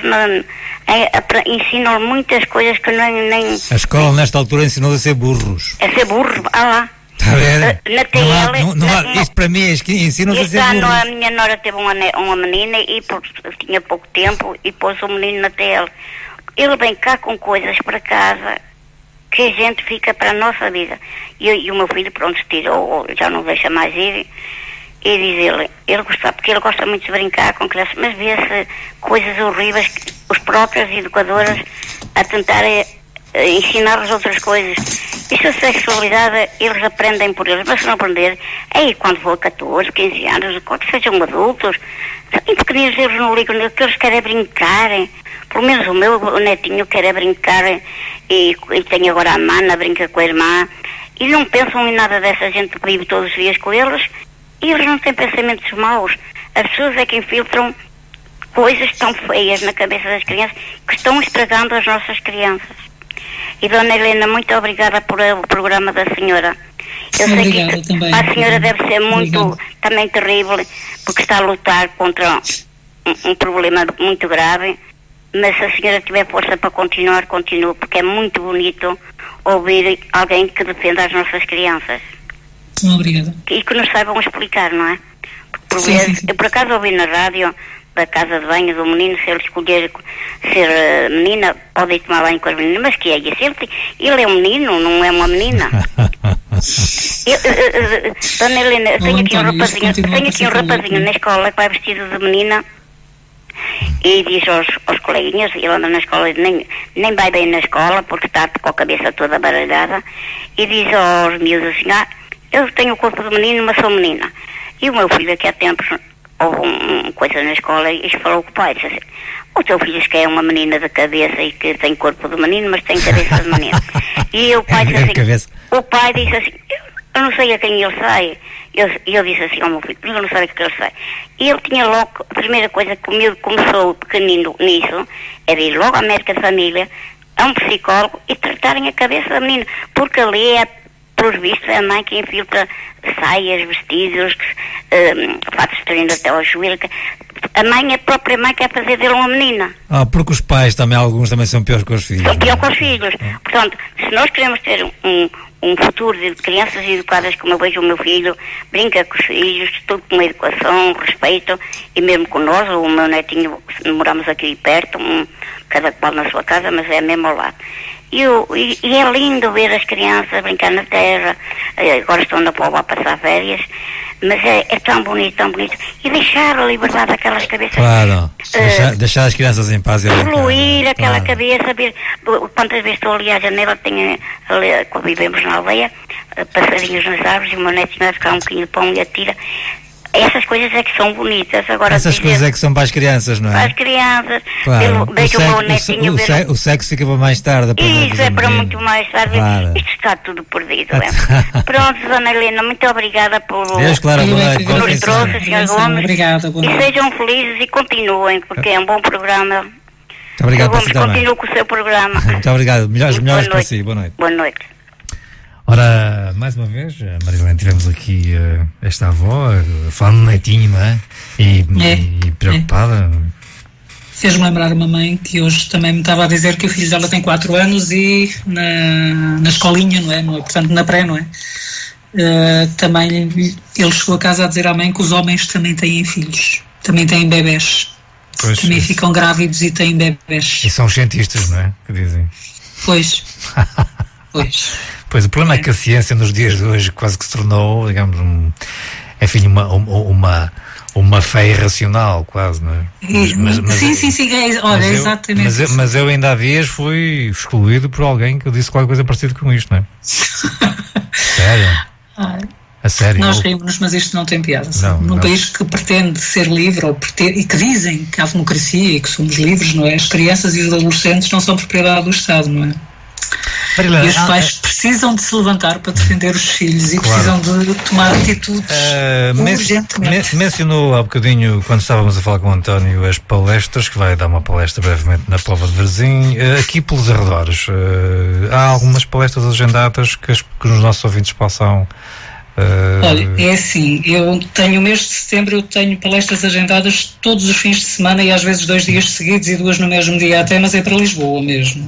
ensinam muitas coisas que nem... A escola nesta altura ensinou a ser burros. A ser burros, lá. Está a ver? Na TL... Isto para mim é ensinam-se a ser burros. A minha nora teve uma menina e tinha pouco tempo e pôs o menino na TL. Ele vem cá com coisas para casa que a gente fica para a nossa vida. E o meu filho, pronto, se tirou, já não deixa mais ir. E diz ele gosta, porque ele gosta muito de brincar com crianças, mas vê-se coisas horríveis, os próprios educadores a tentar ensinar-lhes outras coisas. Isso, a sexualidade, eles aprendem por eles, mas se não aprender, aí quando for 14, 15 anos, quando sejam adultos, em pequeninos eles não ligam, o que eles querem é brincar. Pelo menos o meu netinho quer é brincar, e tem agora a mana, brinca com a irmã, e não pensam em nada dessa gente que vive todos os dias com eles. E eles não têm pensamentos maus. As pessoas é que infiltram coisas tão feias na cabeça das crianças que estão estragando as nossas crianças. E Dona Helena, muito obrigada por o programa da senhora. Eu Obrigada sei que também. a senhora deve ser muito, Obrigada. também terrível, porque está a lutar contra um problema muito grave, mas se a senhora tiver força para continuar, continua, porque é muito bonito ouvir alguém que defenda as nossas crianças. Obrigada. E que nos saibam explicar, não é? Por Sim, vezes, sim, sim. eu por acaso ouvi na rádio da casa de banho do menino, se ele escolher ser menina, pode ir tomar banho com as meninas, mas que é isso? Ele é um menino, não é uma menina. Dona Helena, eu tenho aqui um rapazinho na escola que vai vestido de menina e diz aos coleguinhas, ele anda na escola, nem vai bem na escola porque está com a cabeça toda baralhada, e diz aos miúdos assim, eu tenho o corpo de menino, mas sou menina. E o meu filho aqui há tempos houve uma coisa na escola e falou com o pai, disse assim, o teu filho diz que é uma menina de cabeça e que tem corpo de menino, mas tem cabeça de menino. E o pai disse assim, o pai disse assim, eu não sei a quem ele sai. Eu disse assim ao meu filho, eu não sei a quem ele sai. E ele tinha logo, a primeira coisa que o meu começou pequenino nisso, era ir logo à médica de família, a um psicólogo e tratarem a cabeça da menina, porque ali é, pelos vistos, é a mãe que infiltra saias, vestidos, fatos de treino até ao joelho. A mãe, a própria mãe, quer fazer dele uma menina. Porque os pais também, alguns também são piores que os filhos. São piores que os filhos. Portanto, se nós queremos ter um futuro de crianças educadas, como eu vejo o meu filho, brinca com os filhos, tudo com educação, respeito, e mesmo com nós, o meu netinho, moramos aqui perto, cada qual na sua casa, mas é mesmo ao lado. E é lindo ver as crianças brincar na terra, agora estão na Póvoa a passar férias, mas é tão bonito, e deixar a liberdade daquelas cabeças. Claro, deixar as crianças em paz e fluir aquela cabeça, ver quantas vezes estou ali à janela, quando vivemos na aldeia, passarinhos nas árvores, e o meu netinho vai ficar um bocadinho de pão e atira. Essas coisas é que são bonitas. Agora, essas coisas é que são para as crianças, não é? Para as crianças. Claro. Vejo o meu netinho. O sexo fica para mais tarde. Isso é para muito mais tarde. Claro. Isto está tudo perdido. Pronto, Dona Helena, muito obrigada por Deus, claro, nos trouxe, Sr. Gomes. Obrigada. E sejam felizes e continuem, porque é um bom programa. Muito obrigado por si também. Continue com o seu programa. Muito obrigado. Melhores para si. Boa noite. Boa noite. Ora, mais uma vez, Marilene, tivemos aqui esta avó falando no netinho, não é? E preocupada. Fez-me lembrar uma mãe que hoje também me estava a dizer que o filho dela tem 4 anos e na escolinha, não é? Portanto, na pré, não é? Também ele chegou a casa a dizer à mãe que os homens também têm filhos, também têm bebés. Pois, também ficam grávidos e têm bebés. E são os cientistas, não é? Que dizem. Pois. Pois, o problema é que a ciência nos dias de hoje quase que se tornou, digamos, uma fé irracional, quase, não é? Sim, olha, exatamente. Mas eu ainda há dias fui excluído por alguém que disse qualquer coisa parecida com isto, não é? Sério? A sério? Nós rimos, mas isto não tem piada. Num país que pretende ser livre e que dizem que há democracia e que somos livres, não é? As crianças e os adolescentes não são propriedade do Estado, não é? E os pais precisam de se levantar para defender os filhos e precisam de tomar atitudes urgentemente. Mencionou há bocadinho, quando estávamos a falar com o António, as palestras, que vai dar uma palestra brevemente na Póvoa de Varzim, aqui pelos arredores. Há algumas palestras agendadas que os nossos ouvintes possam... Olha, é assim, eu tenho o mês de setembro, eu tenho palestras agendadas todos os fins de semana e às vezes 2 dias seguidos e 2 no mesmo dia até, mas é para Lisboa mesmo.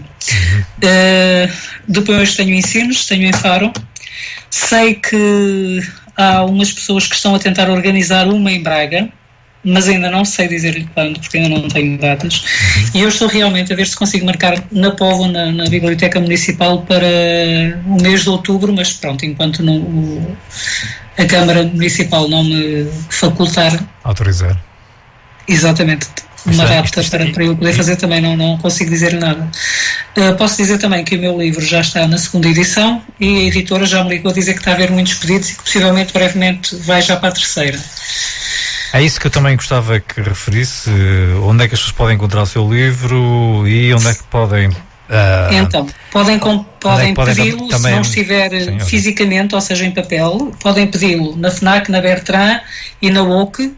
Depois tenho ensinos, tenho em Faro. Sei que há umas pessoas que estão a tentar organizar uma em Braga, mas ainda não sei dizer-lhe quando, porque ainda não tenho datas. E eu estou realmente a ver se consigo marcar na Póvoa, na Biblioteca Municipal, para o mês de outubro, mas pronto, enquanto a Câmara Municipal não me facultar... Autorizar. Exatamente. Uma data para eu poder fazer também, não consigo dizer nada. Posso dizer também que o meu livro já está na 2ª edição e a editora já me ligou a dizer que está a haver muitos pedidos e que possivelmente brevemente vai já para a 3ª. É isso que eu também gostava que referisse. Onde é que as pessoas podem encontrar o seu livro e onde é que podem... Então, podem pedi-lo, se não estiver fisicamente, ou seja, em papel, podem pedi-lo na FNAC, na Bertrand e na OC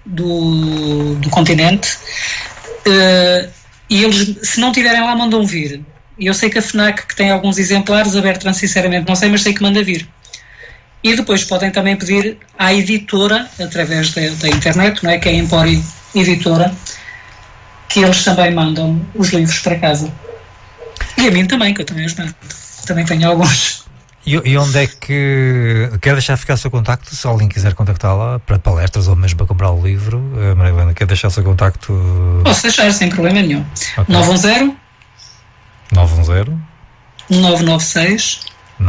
do Continente. E eles, se não tiverem lá, mandam vir. E eu sei que a FNAC, que tem alguns exemplares, a Bertrand sinceramente não sei, mas sei que manda vir. E depois podem também pedir à editora, através da internet, não é? Que é a Empório Editora, que eles também mandam os livros para casa. E a mim também, que eu também os mando. Também tenho alguns. E onde é que... Quer deixar ficar o seu contacto, se alguém quiser contactá-la para palestras ou mesmo para comprar o livro? Maria Helena, quer deixar o seu contacto? Posso deixar, sem problema nenhum. Okay. 996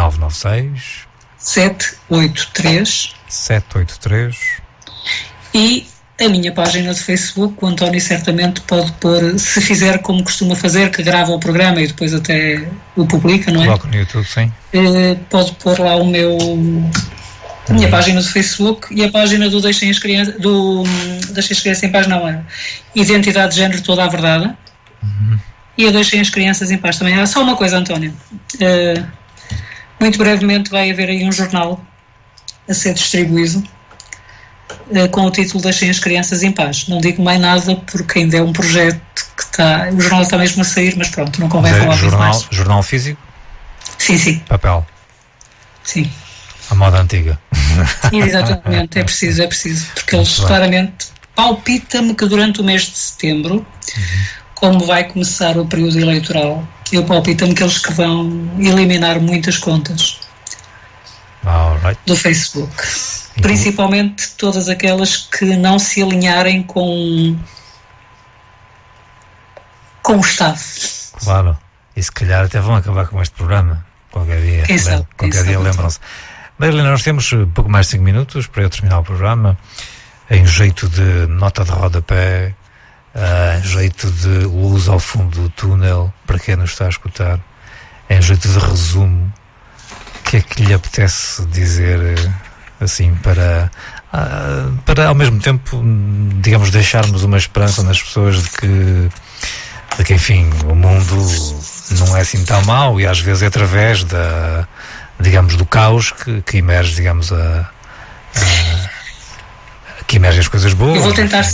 783 e a minha página de Facebook. O António certamente pode pôr, se fizer como costuma fazer, que grava o programa e depois até o publica, não é? Coloca no YouTube, sim. Pode pôr lá a minha página do Facebook e a página do Deixem as Crianças em Paz, não é? Identidade de Género Toda a Verdade. E a Deixem as Crianças em Paz também. Há só uma coisa, António. Muito brevemente vai haver aí um jornal a ser distribuído com o título Deixem as Crianças em Paz. Não digo mais nada porque ainda é um projeto que está... O jornal está mesmo a sair, mas pronto, não convém falar mais. Jornal físico? Sim. Papel? Sim. A moda antiga. Exatamente, é preciso. Porque eles claramente... Palpita-me que durante o mês de setembro, como vai começar o período eleitoral, palpita-me que eles que vão eliminar muitas contas do Facebook. Principalmente todas aquelas que não se alinharem com o Estado. Claro. E se calhar até vão acabar com este programa. Qualquer dia. Qualquer dia lembram-se. Maria Helena, nós temos pouco mais de 5 minutos para eu terminar o programa. Em jeito de nota de rodapé, em jeito de luz ao fundo do túnel, para quem nos está a escutar, em jeito de resumo, o que é que lhe apetece dizer, assim, para ao mesmo tempo, digamos, deixarmos uma esperança nas pessoas de que enfim, o mundo não é assim tão mau e às vezes é através digamos, do caos que emerge, digamos, que emergem as coisas boas. Eu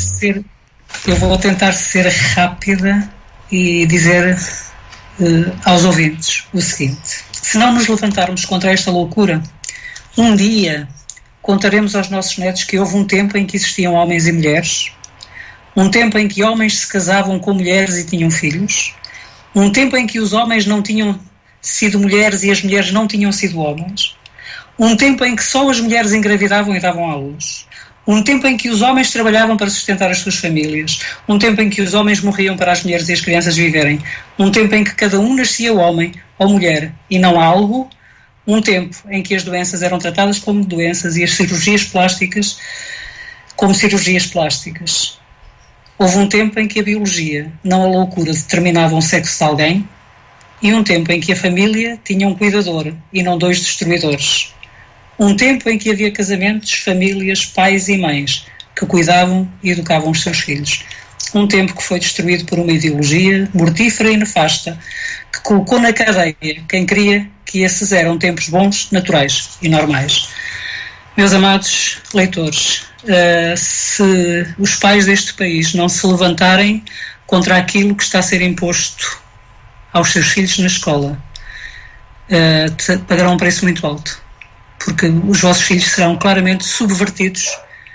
vou tentar ser rápida e dizer aos ouvintes o seguinte: se não nos levantarmos contra esta loucura, um dia contaremos aos nossos netos que houve um tempo em que existiam homens e mulheres, um tempo em que homens se casavam com mulheres e tinham filhos, um tempo em que os homens não tinham sido mulheres e as mulheres não tinham sido homens, um tempo em que só as mulheres engravidavam e davam à luz, um tempo em que os homens trabalhavam para sustentar as suas famílias, um tempo em que os homens morriam para as mulheres e as crianças viverem, um tempo em que cada um nascia homem ou mulher e não algo, um tempo em que as doenças eram tratadas como doenças e as cirurgias plásticas como cirurgias plásticas. Houve um tempo em que a biologia, não a loucura, determinava o sexo de alguém, e um tempo em que a família tinha um cuidador e não 2 destruidores. Um tempo em que havia casamentos, famílias, pais e mães que cuidavam e educavam os seus filhos. Um tempo que foi destruído por uma ideologia mortífera e nefasta que colocou na cadeia quem queria que esses eram tempos bons, naturais e normais. Meus amados leitores, se os pais deste país não se levantarem contra aquilo que está a ser imposto aos seus filhos na escola, pagarão um preço muito alto. Porque os vossos filhos serão claramente subvertidos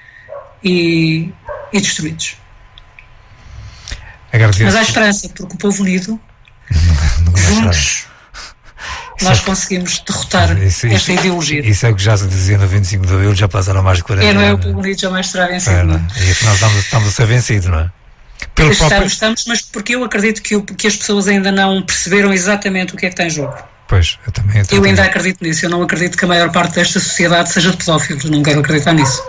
e destruídos. Agradeço. Mas há esperança, porque o povo unido, juntos, nós conseguimos derrotar esta ideologia. Isso é o que já se dizia no 25 de Abril, já passaram mais de 40 anos. Não é? O povo unido jamais será vencido. E afinal estamos a ser vencidos, não é? Estamos, mas porque eu acredito que as pessoas ainda não perceberam exatamente o que é que tem em jogo. Pois, eu ainda acredito nisso. Eu não acredito que a maior parte desta sociedade seja de pedófilos. Não quero acreditar nisso.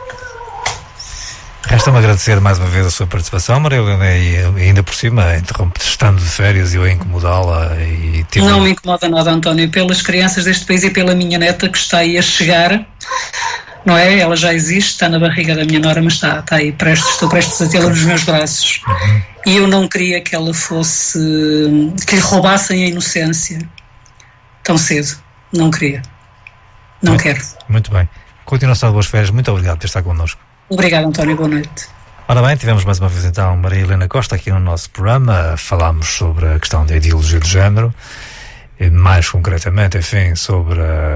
Resta-me agradecer mais uma vez a sua participação, Maria Helena, e ainda por cima, estando de férias, eu a incomodá-la. Não me incomoda nada, António, pelas crianças deste país e pela minha neta que está aí a chegar, não é? Ela já existe, está na barriga da minha nora, mas está aí, estou prestes a tê-la nos meus braços. E eu não queria que ela fosse, que lhe roubassem a inocência tão cedo. Não queria. Não quero. Muito bem. Continuação de boas férias. Muito obrigado por estar connosco. Obrigado, António. Boa noite. Ora bem, tivemos mais uma vez então Maria Helena Costa aqui no nosso programa. Falámos sobre a questão da ideologia de género mais concretamente, enfim, sobre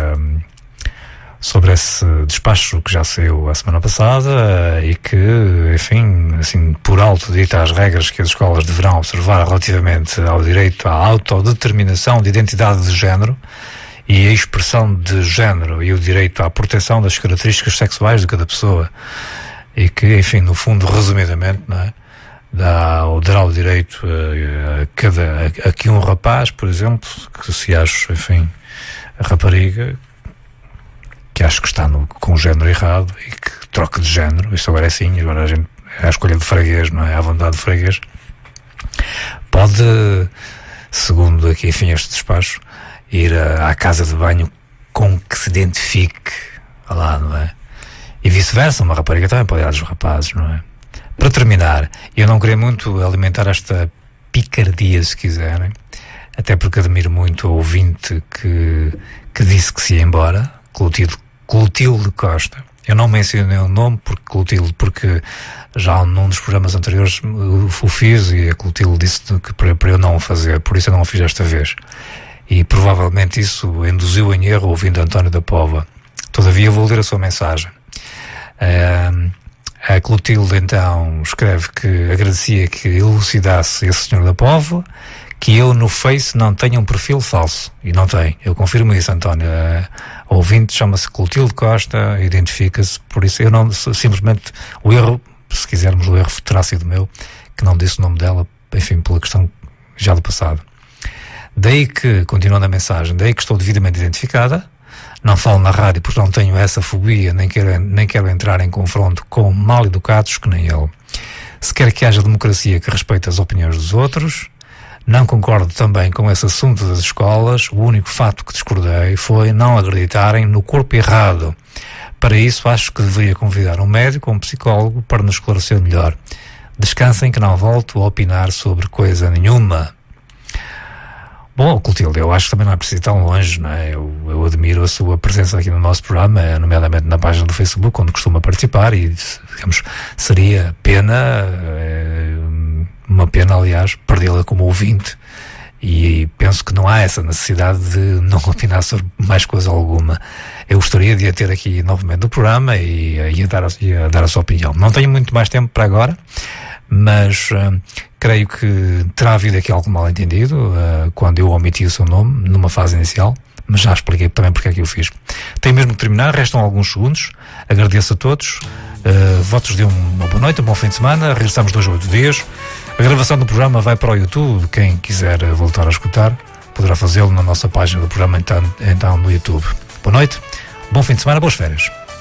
esse despacho que já saiu a semana passada e que, enfim, assim, por alto dita as regras que as escolas deverão observar relativamente ao direito à autodeterminação de identidade de género e a expressão de género e o direito à proteção das características sexuais de cada pessoa, e que, enfim, no fundo, resumidamente, não é, dará o direito a que um rapaz, por exemplo, que se acha, enfim, a rapariga, que acho que está com o género errado e que troca de género, isto agora é assim, agora a gente, é a escolha de freguês, não é? À vontade de freguês, pode, segundo aqui, enfim, este despacho, ir à casa de banho com que se identifique lá, não é? E vice-versa, uma rapariga também pode ir aos rapazes, não é? Para terminar, eu não queria muito alimentar esta picardia, se quiserem, até porque admiro muito o ouvinte que disse que se ia embora, Clotilde Costa. Eu não mencionei o nome porque já num dos programas anteriores o fiz e a Clotilde disse que para eu não o fazer, por isso eu não o fiz desta vez. E provavelmente isso induziu em erro o ouvinte António da Póvoa. Todavia vou ler a sua mensagem. A Clotilde então escreve que agradecia que elucidasse esse senhor da Póvoa, que eu no Face não tenho um perfil falso. E não tem. Eu confirmo isso, António. A ouvinte chama-se Clotilde Costa, identifica-se, por isso eu não, simplesmente, o erro, se quisermos, o erro terá sido meu, que não disse o nome dela, enfim, pela questão já do passado. Daí que, continuando a mensagem, daí que estou devidamente identificada, não falo na rádio porque não tenho essa fobia, nem quero entrar em confronto com mal-educados que nem ele. Se quer que haja democracia que respeite as opiniões dos outros, não concordo também com esse assunto das escolas. O único fato que discordei foi não acreditarem no corpo errado. Para isso, acho que deveria convidar um médico ou um psicólogo para nos esclarecer melhor. Descansem que não volto a opinar sobre coisa nenhuma. Bom, Clotilde, eu acho que também não é preciso ir tão longe, não é? Eu admiro a sua presença aqui no nosso programa, nomeadamente na página do Facebook, onde costuma participar, e, digamos, seria uma pena, aliás, perdê-la como ouvinte, e penso que não há essa necessidade de não opinar sobre mais coisa alguma. Eu gostaria de a ter aqui novamente no programa e a dar a sua opinião. Não tenho muito mais tempo para agora, mas creio que terá havido aqui algum mal-entendido quando eu omiti o seu nome numa fase inicial, mas já expliquei também porque é que eu fiz. Tenho mesmo que terminar, restam alguns segundos. Agradeço a todos, votos de uma boa noite, um bom fim de semana. Regressamos 2 a 8 dias. A gravação do programa vai para o YouTube. Quem quiser voltar a escutar poderá fazê-lo na nossa página do programa, então no YouTube. Boa noite, bom fim de semana, boas férias.